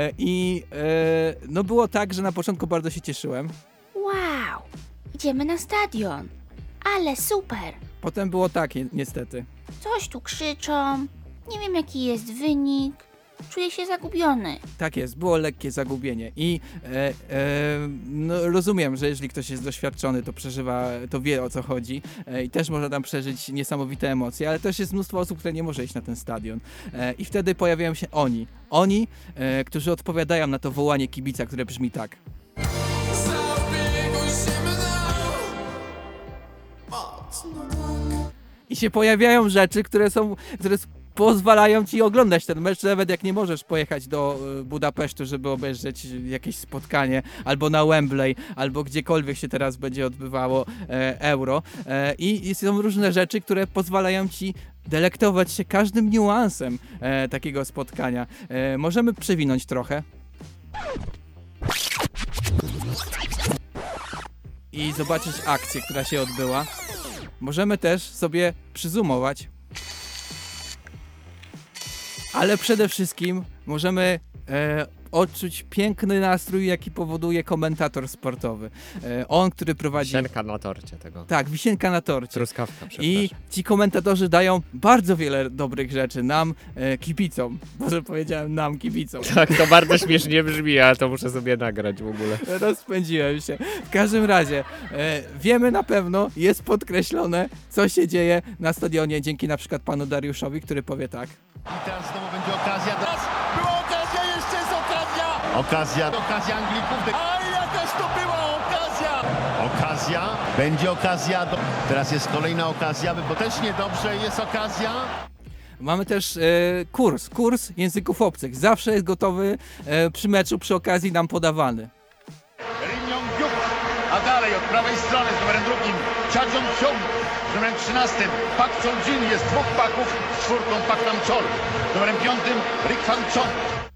No było tak, że na początku bardzo się cieszyłem.
Wow, idziemy na stadion. Ale super.
Potem było tak, niestety.
Coś tu krzyczą. Nie wiem jaki jest wynik. Czuję się zagubiony.
Tak jest, było lekkie zagubienie i no, rozumiem, że jeżeli ktoś jest doświadczony, to przeżywa, to wie o co chodzi i też może tam przeżyć niesamowite emocje, ale też jest mnóstwo osób, które nie może iść na ten stadion i wtedy pojawiają się oni, którzy odpowiadają na to wołanie kibica, które brzmi tak. I się pojawiają rzeczy, które pozwalają ci oglądać ten mecz, nawet jak nie możesz pojechać do Budapesztu, żeby obejrzeć jakieś spotkanie, albo na Wembley, albo gdziekolwiek się teraz będzie odbywało Euro. I są różne rzeczy, które pozwalają ci delektować się każdym niuansem takiego spotkania. Możemy przewinąć trochę. I zobaczyć akcję, która się odbyła. Możemy też sobie przyzoomować. Ale przede wszystkim możemy odczuć piękny nastrój, jaki powoduje komentator sportowy. On, który prowadzi...
Wisienka na torcie tego.
Tak, wisienka na torcie.
Truskawka,
I ci komentatorzy dają bardzo wiele dobrych rzeczy nam, kibicom. Może powiedziałem nam, kibicom.
Tak, to bardzo śmiesznie brzmi, ale to muszę sobie nagrać w ogóle.
Rozpędziłem się. W każdym razie, wiemy na pewno, jest podkreślone, co się dzieje na stadionie, dzięki na przykład panu Dariuszowi, który powie tak.
I teraz znowu będzie okazja. Teraz była okazja, jeszcze jest okazja. Okazja Anglików. A jakaż to była okazja. Okazja, będzie okazja. Teraz jest kolejna okazja, bo też niedobrze jest okazja.
Mamy też kurs języków obcych. Zawsze jest gotowy przy meczu, przy okazji nam podawany.
Rim Yong-hyuk, a dalej od prawej strony z numerem 2 Cha Jong-hyun, z numerem 13 Pak Chol-jin, jest 2 Paków, z 4 Pak Nam-chol, z numerem 5 Rik Fan-chong.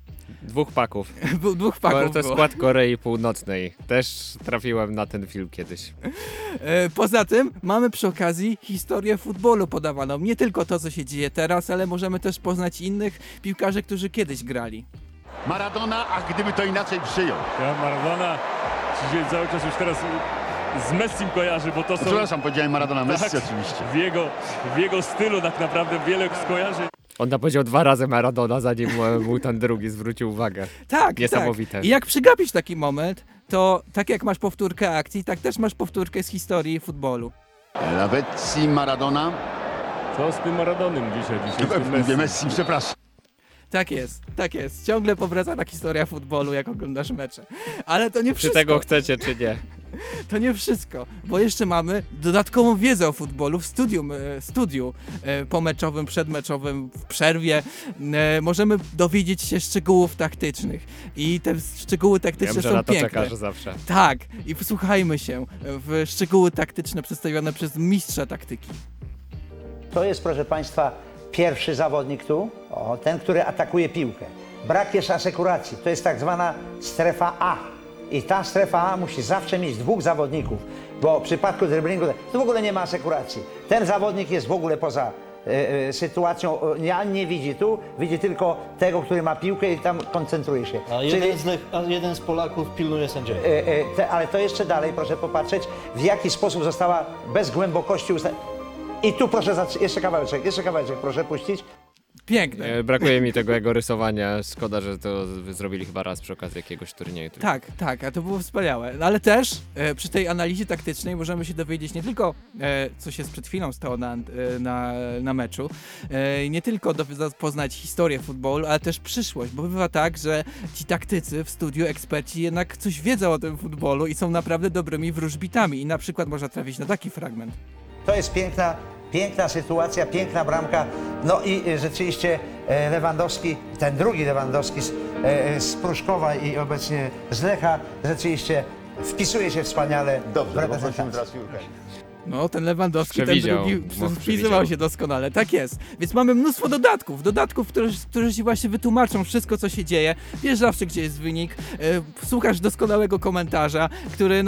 2 paków.
2 paków
To jest skład Korei Północnej. Też trafiłem na ten film kiedyś.
Poza tym mamy przy okazji historię futbolu podawaną. Nie tylko to, co się dzieje teraz, ale możemy też poznać innych piłkarzy, którzy kiedyś grali.
Maradona, a gdyby to inaczej przyjął.
Ja Maradona się cały czas już teraz z Messim kojarzy, bo to są...
Przepraszam, powiedziałem Maradona, Messi
tak,
oczywiście.
W jego stylu tak naprawdę wiele skojarzy.
On powiedział 2 razy Maradona, zanim mu ten drugi zwrócił uwagę.
Tak,
niesamowite.
Tak. I jak przegapisz taki moment, to tak jak masz powtórkę akcji, tak też masz powtórkę z historii futbolu.
Lavezzi, Maradona.
Co z tym Maradonem dzisiaj
Mówię Messi, przepraszam.
Tak jest. Ciągle powraca historia futbolu, jak oglądasz mecze. Ale to nie wszystko.
Czy tego chcecie, czy nie?
To nie wszystko, bo jeszcze mamy dodatkową wiedzę o futbolu w studiu pomeczowym, przedmeczowym, w przerwie. Możemy dowiedzieć się szczegółów taktycznych i te szczegóły taktyczne są
na to
piękne.
czekasz zawsze.
Tak, i wsłuchajmy się w szczegóły taktyczne przedstawione przez mistrza taktyki.
To jest, proszę Państwa, pierwszy zawodnik tu, ten, który atakuje piłkę. Brak jest asekuracji, to jest tak zwana strefa A. I ta strefa A musi zawsze mieć 2 zawodników, bo w przypadku driblingu to w ogóle nie ma asekuracji. Ten zawodnik jest w ogóle poza sytuacją, nie widzi tu, widzi tylko tego, który ma piłkę i tam koncentruje się.
A jeden z Polaków pilnuje sędziego.
Ale to jeszcze dalej, proszę popatrzeć, w jaki sposób została bez głębokości I tu proszę, jeszcze kawałeczek, proszę puścić.
Piękne.
Brakuje mi tego jego rysowania. Szkoda, że to zrobili chyba raz przy okazji jakiegoś turnieju.
Tak, a to było wspaniałe. No, ale też przy tej analizie taktycznej możemy się dowiedzieć nie tylko, co się przed chwilą stało na meczu, nie tylko poznać historię futbolu, ale też przyszłość, bo bywa tak, że ci taktycy w studiu, eksperci jednak coś wiedzą o tym futbolu i są naprawdę dobrymi wróżbitami i na przykład można trafić na taki fragment.
To jest piękna sytuacja, piękna bramka. No i rzeczywiście Lewandowski, ten drugi Lewandowski z Pruszkowa i obecnie z Lecha, rzeczywiście wpisuje się wspaniale w reprezentację.
No, ten Lewandowski, ten drugi wpisywał się doskonale, tak jest. Więc mamy mnóstwo dodatków, które ci właśnie wytłumaczą wszystko, co się dzieje. Wiesz zawsze, gdzie jest wynik, słuchasz doskonałego komentarza, który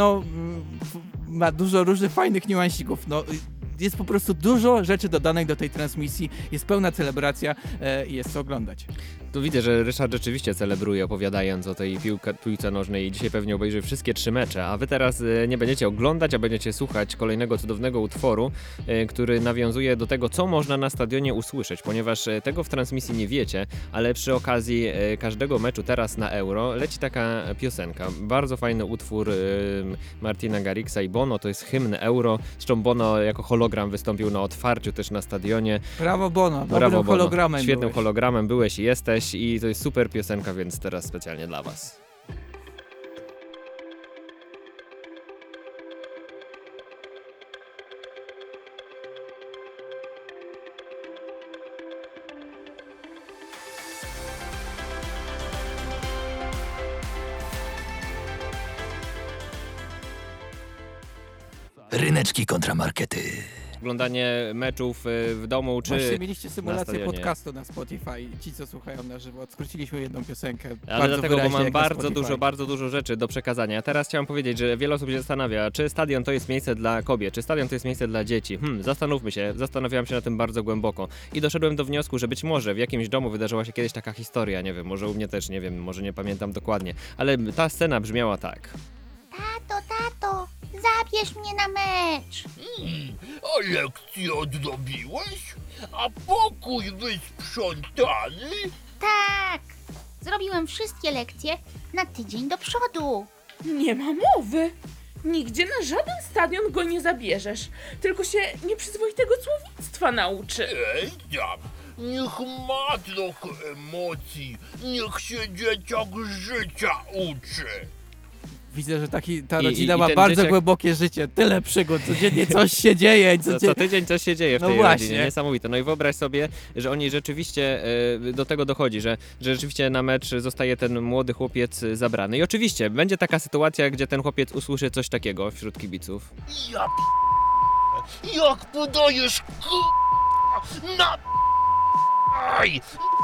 ma dużo różnych fajnych niuansików. Jest po prostu dużo rzeczy dodanych do tej transmisji, jest pełna celebracja i jest co oglądać.
Tu widzę, że Ryszard rzeczywiście celebruje, opowiadając o tej piłce nożnej i dzisiaj pewnie obejrzy wszystkie 3 mecze, a wy teraz nie będziecie oglądać, a będziecie słuchać kolejnego cudownego utworu, który nawiązuje do tego, co można na stadionie usłyszeć, ponieważ tego w transmisji nie wiecie, ale przy okazji każdego meczu teraz na Euro leci taka piosenka. Bardzo fajny utwór Martina Garrix'a i Bono, to jest hymn Euro, zresztą Bono jako hologram wystąpił na otwarciu też na stadionie.
Brawo Bono, dobrym hologramem.
Świetnym hologramem byłeś i jesteś i to jest super piosenka, więc teraz specjalnie dla was.
Ryneczki kontramarkety.
oglądanie meczów w domu czy
Właśnie mieliście
na
symulację
stadionie.
podcastu na Spotify. Ci, co słuchają na żywo, skróciliśmy jedną piosenkę.
Ale
bardzo
dlatego, bo
wyraźnie,
mam
jak na
bardzo
Spotify.
dużo rzeczy do przekazania. A teraz chciałem powiedzieć, że wiele osób się zastanawia, czy stadion to jest miejsce dla kobiet, czy stadion to jest miejsce dla dzieci. Zastanówmy się, zastanawiałem się na tym bardzo głęboko i doszedłem do wniosku, że być może w jakimś domu wydarzyła się kiedyś taka historia, nie wiem, może u mnie też, nie wiem, może nie pamiętam dokładnie, ale ta scena brzmiała tak.
Tato, zabierz mnie na mecz.
A lekcję odrobiłeś? A pokój wysprzątany?
Tak, zrobiłem wszystkie lekcje na tydzień do przodu.
Nie ma mowy. Nigdzie na żaden stadion go nie zabierzesz. Tylko się nieprzyzwoitego słownictwa nauczy.
Ej tam, niech ma trochę emocji, niech się dzieciak życia uczy.
Widzę, że ta rodzina
i
ma
ten
bardzo
dzieciak-
głębokie życie, tyle przygód, codziennie coś się dzieje.
Co tydzień coś się dzieje w
No
tej
właśnie.
rodzinie, niesamowite. No i wyobraź sobie, że oni rzeczywiście do tego dochodzi, że rzeczywiście na mecz zostaje ten młody chłopiec zabrany. I oczywiście będzie taka sytuacja, gdzie ten chłopiec usłyszy coś takiego wśród kibiców.
Ja jak podajesz na aj!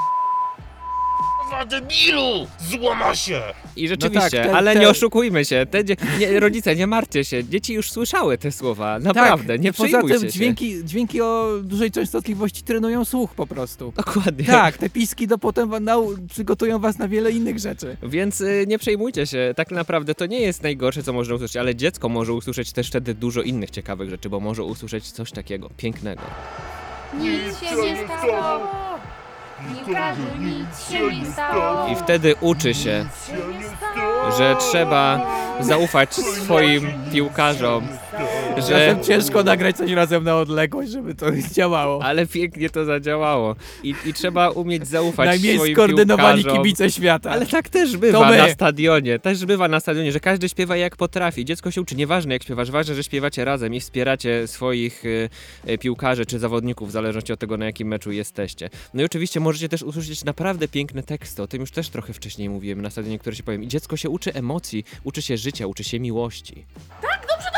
Debilu! Złama się!
I rzeczywiście,
No tak,
ale nie oszukujmy się, rodzice, nie martwcie się, dzieci już słyszały te słowa, naprawdę,
tak,
nie
poza
przejmujcie
tym
się.
dźwięki o dużej częstotliwości trenują słuch po prostu.
Dokładnie.
Tak, te piski potem przygotują was na wiele innych rzeczy.
Więc nie przejmujcie się, tak naprawdę to nie jest najgorsze, co można usłyszeć, ale dziecko może usłyszeć też wtedy dużo innych ciekawych rzeczy, bo może usłyszeć coś takiego pięknego.
Nic się nie stało. Nikomu nic się nie stało.
I wtedy uczy się, że trzeba zaufać swoim piłkarzom, że...
Czasem ciężko nagrać coś razem na odległość, żeby to działało.
Ale pięknie to zadziałało. I trzeba umieć zaufać
Najmniej
swoim
skoordynowani
piłkarzom.
kibice świata.
Ale tak też bywa na stadionie. Też bywa na stadionie, że każdy śpiewa jak potrafi. Dziecko się uczy. Nieważne jak śpiewasz, ważne, że śpiewacie razem i wspieracie swoich piłkarzy czy zawodników, w zależności od tego, na jakim meczu jesteście. No i oczywiście możecie też usłyszeć naprawdę piękne teksty. O tym już też trochę wcześniej mówiłem na stadionie, które się powiem. I dziecko się uczy emocji, uczy się życia, uczy się miłości.
Tak, dobrze,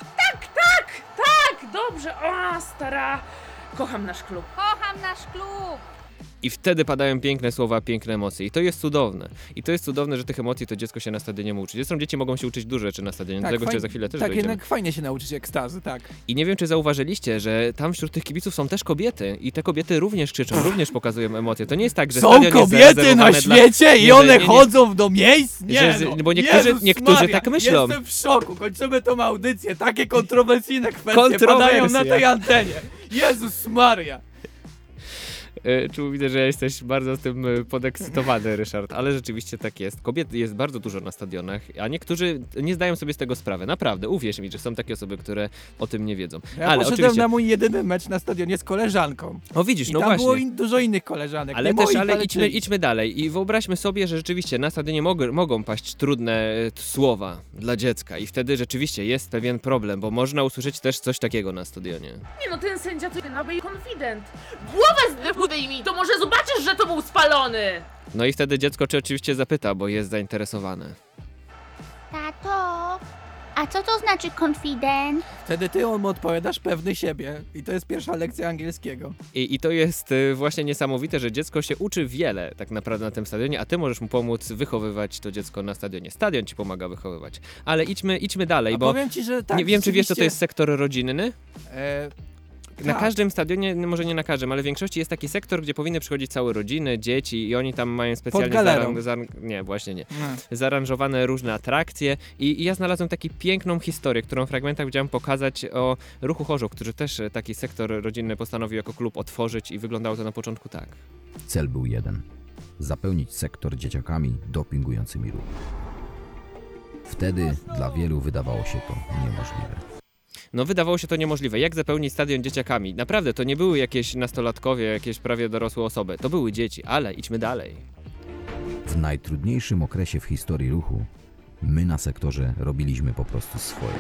dobrze. O, stara. Kocham nasz klub.
Kocham nasz klub.
I wtedy padają piękne słowa, piękne emocje. I to jest cudowne. I to jest cudowne, że tych emocji to dziecko się na stadionie uczy. Zresztą dzieci mogą się uczyć dużo rzeczy na stadionie. Do tego jeszcze za chwilę też
tak,
dojdziemy.
jednak fajnie się nauczyć ekstazy, tak.
I nie wiem, czy zauważyliście, że tam wśród tych kibiców są też kobiety. I te kobiety również krzyczą, również pokazują emocje. To nie jest tak, że
Są
stadion jest
kobiety na
zarezerwowany
świecie i
Nie,
one
nie.
chodzą do miejsc? Nie,
Że-
no.
bo niektórzy-
Jezus
niektórzy
Maria,
tak myślą.
Jestem w szoku, kończymy tą audycję. Takie kontrowersyjne kwestie
Kontrowersja.
padają na tej antenie. Jezus Maria.
Czuł, widzę, że jesteś bardzo tym podekscytowany, Ryszard, ale rzeczywiście tak jest. Kobiet jest bardzo dużo na stadionach, a niektórzy nie zdają sobie z tego sprawy. Naprawdę, uwierz mi, że są takie osoby, które o tym nie wiedzą.
Ja
ale
poszedłem
oczywiście...
na mój jedyny mecz na stadionie z koleżanką.
O widzisz,
I
no
tam
właśnie.
było dużo innych koleżanek.
Ale
nie
też,
moich,
ale
czyjś.
idźmy dalej i wyobraźmy sobie, że rzeczywiście na stadionie mogą paść trudne słowa dla dziecka i wtedy rzeczywiście jest pewien problem, bo można usłyszeć też coś takiego na stadionie.
Nie no, ten sędzia to nowy konfident. Głowę zdejmij, to może zobaczysz, że to był spalony.
No i wtedy dziecko oczywiście zapyta, bo jest zainteresowane.
Tato, a co to znaczy confident?
Wtedy ty mu odpowiadasz pewny siebie. I to jest pierwsza lekcja angielskiego.
I to jest właśnie niesamowite, że dziecko się uczy wiele tak naprawdę na tym stadionie, a ty możesz mu pomóc wychowywać to dziecko na stadionie. Stadion ci pomaga wychowywać. Ale idźmy dalej,
A
bo
powiem ci, że tak,
nie wiem, czy wiesz, co to
rzeczywiście-
jest sektor rodzinny? Na
tak.
każdym stadionie, może nie na każdym, ale w większości jest taki sektor, gdzie powinny przychodzić całe rodziny, dzieci i oni tam mają specjalnie
galerą.
nie, właśnie nie.
Nie.
Zaaranżowane różne atrakcje i ja znalazłem taką piękną historię, którą w fragmentach chciałem pokazać o Ruchu Chorzów, który też taki sektor rodzinny postanowił jako klub otworzyć i wyglądało to na początku tak.
Cel był jeden. Zapełnić sektor dzieciakami dopingującymi ruch. Wtedy dla wielu wydawało się to niemożliwe.
No wydawało się to niemożliwe. Jak zapełnić stadion dzieciakami? Naprawdę, to nie były jakieś nastolatkowie, jakieś prawie dorosłe osoby. To były dzieci, ale idźmy dalej.
W najtrudniejszym okresie w historii ruchu my na sektorze robiliśmy po prostu swoje.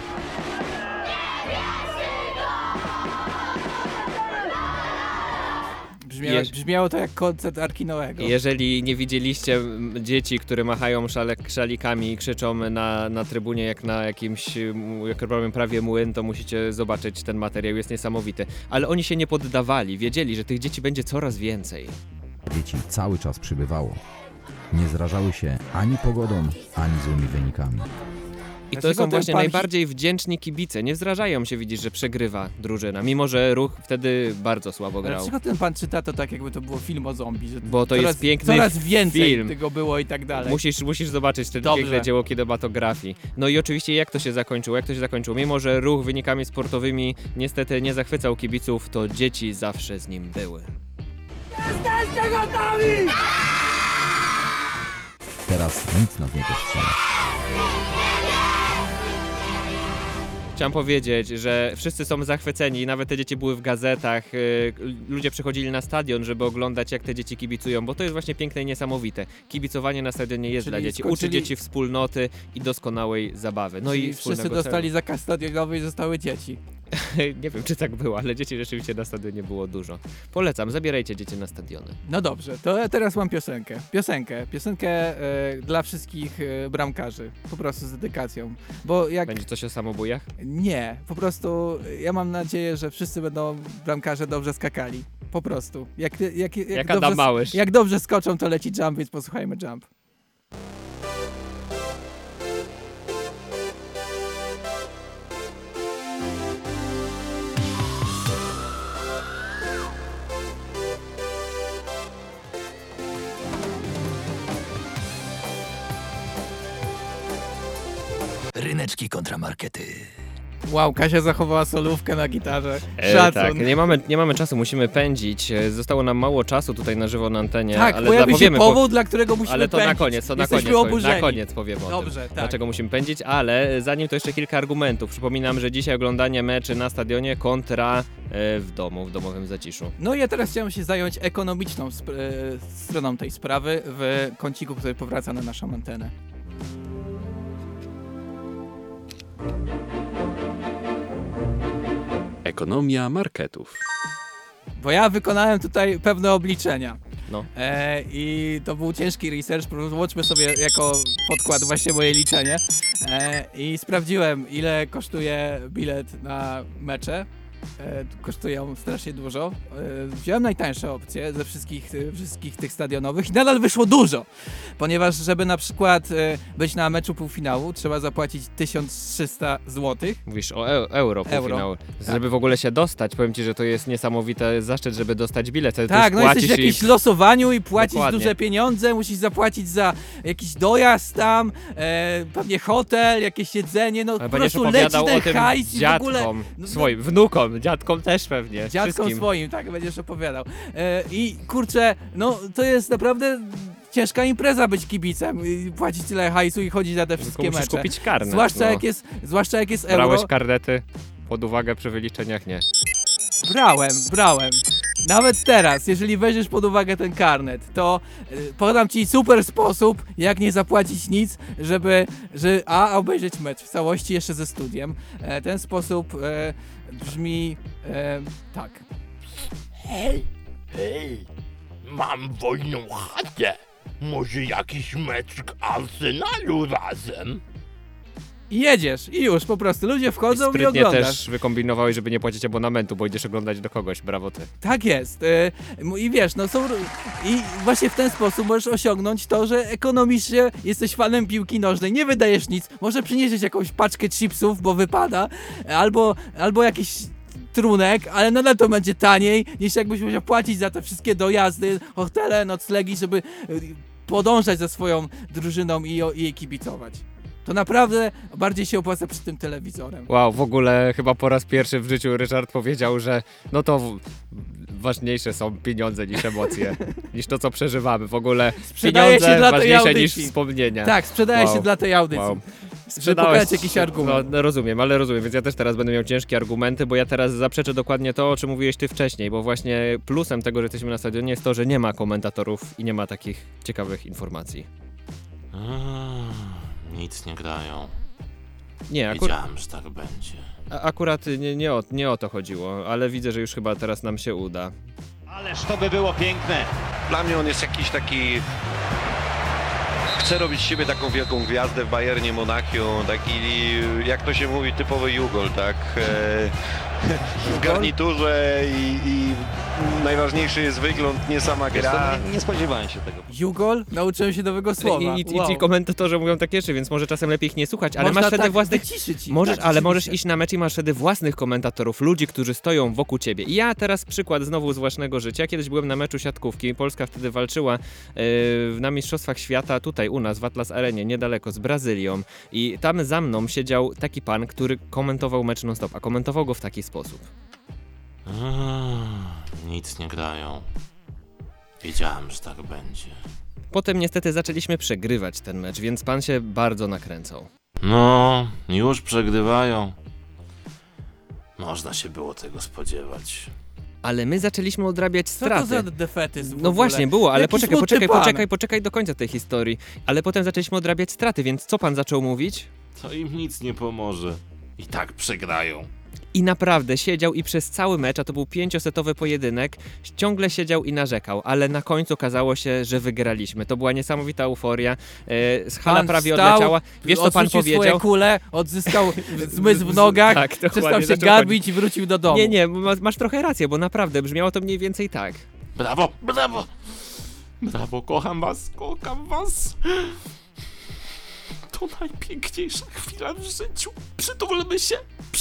Brzmiało to jak koncert Arki Noego.
Jeżeli nie widzieliście dzieci, które machają szalikami i krzyczą na trybunie jak na jakimś, jak robią prawie młyn, to musicie zobaczyć ten materiał, jest niesamowity. Ale oni się nie poddawali, wiedzieli, że tych dzieci będzie coraz więcej.
Dzieci cały czas przybywało. Nie zrażały się ani pogodą, ani złymi wynikami.
I to są właśnie najbardziej wdzięczni kibice. Nie zrażają się, widzisz, że przegrywa drużyna, mimo że Ruch wtedy bardzo słabo grał.
Dlaczego ten pan czyta to tak, jakby to było film o zombie? Że
bo to jest piękny
coraz więcej
film.
tego było i tak dalej.
Musisz zobaczyć to piękne dzieło kinematografii. No i oczywiście jak to się zakończyło? Mimo że Ruch wynikami sportowymi niestety nie zachwycał kibiców, to dzieci zawsze z nim były.
Jesteście gotowi!
Teraz nic na niego strzela.
Chciałem powiedzieć, że wszyscy są zachwyceni, nawet te dzieci były w gazetach, ludzie przychodzili na stadion, żeby oglądać, jak te dzieci kibicują, bo to jest właśnie piękne i niesamowite. Kibicowanie na stadionie jest dla dzieci, uczy dzieci wspólnoty i doskonałej zabawy. No i
wszyscy dostali zakaz stadionowy i zostały dzieci.
Nie wiem, czy tak było, ale dzieci rzeczywiście na stadionie było dużo. Polecam, zabierajcie dzieci na stadiony.
No dobrze, to ja teraz mam piosenkę dla wszystkich bramkarzy, po prostu z dedykacją. Bo jak...
Będzie coś o samobójach?
Nie, po prostu ja mam nadzieję, że wszyscy będą bramkarze dobrze skakali. Po prostu. Jak
Adam Małysz.
Jak dobrze skoczą, to leci Jump, więc posłuchajmy Jump.
Ryneczki kontramarkety.
Wow, Kasia zachowała solówkę na gitarze. Szacun.
Tak, nie mamy czasu, musimy pędzić. Zostało nam mało czasu tutaj na żywo na antenie.
Tak,
ale
pojawi się powód, dla którego musimy
ale to
pędzić.
Na koniec powiemy o tym, dlaczego musimy pędzić, ale zanim to jeszcze kilka argumentów. Przypominam, że dzisiaj oglądanie meczy na stadionie kontra w domowym zaciszu.
No i ja teraz chciałem się zająć ekonomiczną stroną tej sprawy w kąciku, który powraca na naszą antenę.
Ekonomia marketów.
Bo ja wykonałem tutaj pewne obliczenia.
No.
I to był ciężki research, włączmy sobie jako podkład właśnie moje liczenie. I sprawdziłem, ile kosztuje bilet na mecze. Kosztują strasznie dużo. Wziąłem najtańsze opcje ze wszystkich tych stadionowych i nadal wyszło dużo, ponieważ żeby na przykład być na meczu półfinału trzeba zapłacić 1300 zł.
Mówisz o euro półfinału. Tak. Żeby w ogóle się dostać, powiem ci, że to jest niesamowity zaszczyt, żeby dostać bilet.
Tak, no jesteś w jakimś losowaniu i płacisz duże pieniądze, musisz zapłacić za jakiś dojazd tam, pewnie hotel, jakieś jedzenie, no po prostu leci ten hajs i w ogóle...
swoim wnukom, dziadkom też pewnie.
Dziadkom
wszystkim.
swoim, tak, będziesz opowiadał. I kurczę, no to jest naprawdę ciężka impreza być kibicem, płacić tyle hajsu i chodzić na te wszystkie mecze.
Musisz kupić karnet.
Zwłaszcza jak jest euro.
Brałeś karnety pod uwagę przy wyliczeniach? Nie.
Brałem. Nawet teraz, jeżeli weźmiesz pod uwagę ten karnet, to podam ci super sposób, jak nie zapłacić nic, żeby obejrzeć mecz w całości jeszcze ze studiem. Ten sposób brzmi tak.
Hej, mam wolną chatę. Może jakiś mecz Arsenalu razem?
I jedziesz i już po prostu ludzie wchodzą i oglądasz.
Też wykombinowałeś, żeby nie płacić abonamentu, bo idziesz oglądać do kogoś, brawo ty.
Tak jest. I wiesz, no i właśnie w ten sposób możesz osiągnąć to, że ekonomicznie jesteś fanem piłki nożnej, nie wydajesz nic, może przyniesiesz jakąś paczkę chipsów, bo wypada, albo jakiś trunek, ale nadal to będzie taniej, niż jakbyś musiał płacić za te wszystkie dojazdy, hotele, noclegi, żeby podążać za swoją drużyną i jej kibicować. To naprawdę bardziej się opłaca przy tym telewizorem.
Wow, w ogóle chyba po raz pierwszy w życiu Ryszard powiedział, że no to ważniejsze są pieniądze niż emocje, niż to, co przeżywamy. W ogóle pieniądze ważniejsze niż wspomnienia.
Tak, sprzedaje się dla tej audycji. Wow. Sprzedałeś jakiś argument.
No rozumiem, więc ja też teraz będę miał ciężkie argumenty, bo ja teraz zaprzeczę dokładnie to, o czym mówiłeś ty wcześniej, bo właśnie plusem tego, że jesteśmy na stadionie jest to, że nie ma komentatorów i nie ma takich ciekawych informacji.
Nic nie grają.
Nie,
wiedziałem, że tak będzie.
Akurat nie o to chodziło, ale widzę, że już chyba teraz nam się uda.
Ależ to by było piękne.
Dla mnie on jest jakiś taki... Chce robić z siebie taką wielką gwiazdę w Bayernie Monachium, taki, jak to się mówi, typowy jugol, tak? W garniturze i najważniejszy jest wygląd, nie sama gra.
Nie spodziewałem się tego.
Jugol? Nauczyłem się nowego słowa.
I ci komentatorzy mówią takie rzeczy, więc może czasem lepiej ich nie słuchać, ale
Można
masz wtedy
tak
własnych...
wyciszyć ich,
Możesz,
tak,
ale możesz
rzeczywiście.
iść na mecz i masz wtedy własnych komentatorów, ludzi, którzy stoją wokół ciebie. I ja teraz przykład znowu z własnego życia. Kiedyś byłem na meczu siatkówki, Polska wtedy walczyła na Mistrzostwach Świata tutaj u nas w Atlas Arenie, niedaleko, z Brazylią. I tam za mną siedział taki pan, który komentował mecz non-stop, a komentował go w taki sposób.
Nic nie grają. Wiedziałem, że tak będzie.
Potem niestety zaczęliśmy przegrywać ten mecz, więc pan się bardzo nakręcał.
No, już przegrywają. Można się było tego spodziewać.
Ale my zaczęliśmy odrabiać straty.
Co to za defetyzm w
No
ogóle?
właśnie, było, ale
Jaki smutny pan.
poczekaj do końca tej historii. Ale potem zaczęliśmy odrabiać straty, więc co pan zaczął mówić?
To im nic nie pomoże. I tak przegrają.
I naprawdę siedział i przez cały mecz, a to był 5-setowy pojedynek, ciągle siedział i narzekał, ale na końcu okazało się, że wygraliśmy. To była niesamowita euforia. Hala
Pan
prawie
wstał,
odleciała. Wiesz co pan
odrzucił
powiedział?
swoje kule, odzyskał zmysł w nogach,
Tak, dokładnie,
przestał się
zaczął
garbić i wrócił do domu.
Nie, masz trochę rację, bo naprawdę brzmiało to mniej więcej tak.
Brawo, brawo! Brawo, kocham was, kocham was! To najpiękniejsza chwila w życiu. Przytulmy się,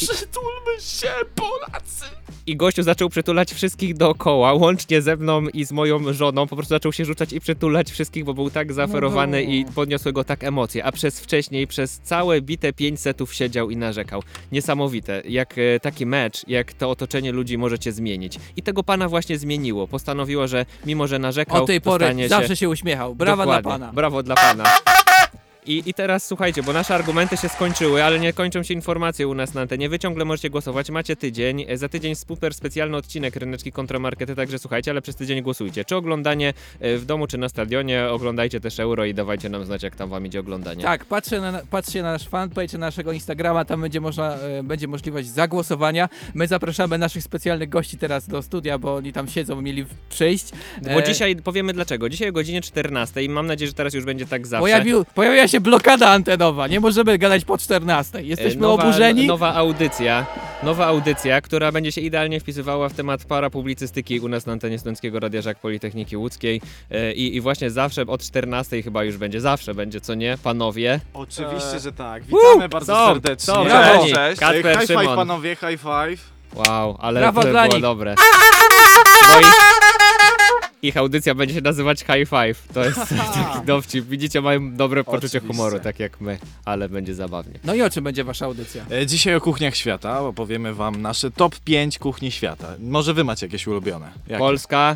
Polacy!
I gościu zaczął przytulać wszystkich dookoła, łącznie ze mną i z moją żoną. Po prostu zaczął się rzucać i przytulać wszystkich, bo był tak zaoferowany i podniosły go tak emocje. A przez całe bite 5 setów siedział i narzekał. Niesamowite, jak taki mecz, jak to otoczenie ludzi może cię zmienić. I tego pana właśnie zmieniło. Postanowiło, że mimo, że narzekał,
Od tej pory
stanie
zawsze się uśmiechał. Brawa dla
Dokładnie.
pana.
Brawo dla pana. I teraz słuchajcie, bo nasze argumenty się skończyły, ale nie kończą się informacje u nas na antenie. Wy ciągle możecie głosować, macie tydzień. Za tydzień super specjalny odcinek Ryneczki kontra Markety, także słuchajcie, ale przez tydzień głosujcie. Czy oglądanie w domu, czy na stadionie. Oglądajcie też Euro i dawajcie nam znać, jak tam wam idzie oglądanie.
Tak, patrzcie na nasz fanpage, na naszego Instagrama, tam będzie możliwość zagłosowania. My zapraszamy naszych specjalnych gości teraz do studia, bo oni tam siedzą, mieli przyjść.
Bo dzisiaj powiemy dlaczego. Dzisiaj o godzinie 14 i mam nadzieję, że teraz już będzie tak zawsze.
Pojawiła się blokada antenowa, nie możemy gadać po 14. Jesteśmy oburzeni.
Nowa audycja, która będzie się idealnie wpisywała w temat parapublicystyki u nas na antenie Studenckiego Radia Żak Politechniki Łódzkiej. I właśnie zawsze od 14 chyba już będzie, zawsze będzie, co nie, panowie?
Oczywiście, że tak. Witamy bardzo serdecznie.
Cześć. Kacper,
high
Szymon.
five panowie, high five.
Wow, ale
Brawo
to
dla
było
nich.
dobre. Ich audycja będzie się nazywać High Five. To jest taki dowcip. Widzicie, mają dobre poczucie humoru, tak jak my, ale będzie zabawnie.
No i o czym będzie wasza audycja?
Dzisiaj o kuchniach świata, opowiemy wam nasze top 5 kuchni świata. Może wy macie jakieś ulubione? Jakie?
Polska?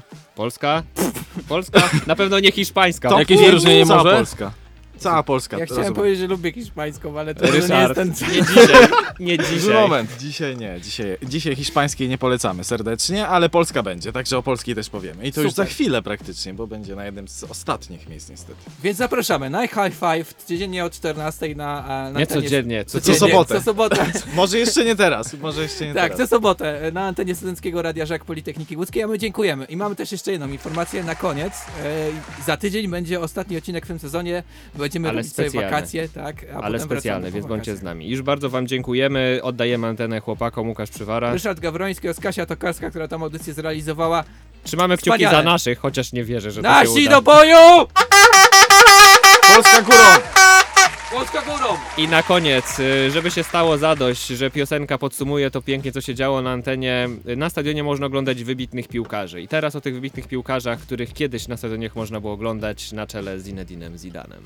Na pewno nie hiszpańska.
Top
Jakieś
5?
wyróżnienie
Cała
może?
Polska. Cała Polska.
Ja chciałem powiedzieć, że lubię hiszpańską, ale to
Ryszard,
nie jest ten...
nie dzisiaj.
Zły moment. Dzisiaj nie. Dzisiaj hiszpańskiej nie polecamy serdecznie, ale Polska będzie, także o polskiej też powiemy. I to już za chwilę praktycznie, bo będzie na jednym z ostatnich miejsc niestety.
Więc zapraszamy na High Five codziennie o 14 na
Nie codziennie,
co sobotę.
Co sobotę.
Może jeszcze nie teraz,
Tak, co sobotę na antenie Studenckiego Radia Żak Politechniki Łódzkiej, a my dziękujemy. I mamy też jeszcze jedną informację na koniec. Za tydzień będzie ostatni odcinek w tym sezonie. Będziemy robić sobie wakacje, tak?
Ale specjalne, więc bądźcie z nami. Już bardzo wam dziękujemy. Oddajemy antenę chłopakom. Łukasz Przywara.
Ryszard Gawroński oraz Kasia Tokarska, która tam audycję zrealizowała.
Trzymamy kciuki za naszych, chociaż nie wierzę, że to się
Nasi
uda.
do boju!
Polska górą!
Polska górą!
I na koniec, żeby się stało zadość, że piosenka podsumuje to pięknie, co się działo na antenie. Na stadionie można oglądać wybitnych piłkarzy. I teraz o tych wybitnych piłkarzach, których kiedyś na stadioniach można było oglądać na czele z Zinedinem Zidanem.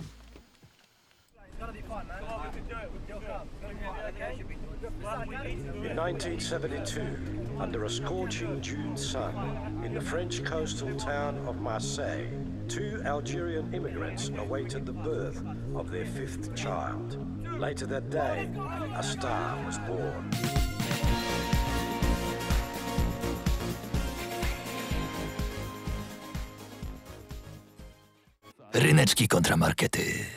In 1972, under a scorching June sun, in the French coastal town of Marseille, 2 Algerian immigrants awaited the birth of their 5th child. Later that day, a star was born.
Ryneczki kontra Markety.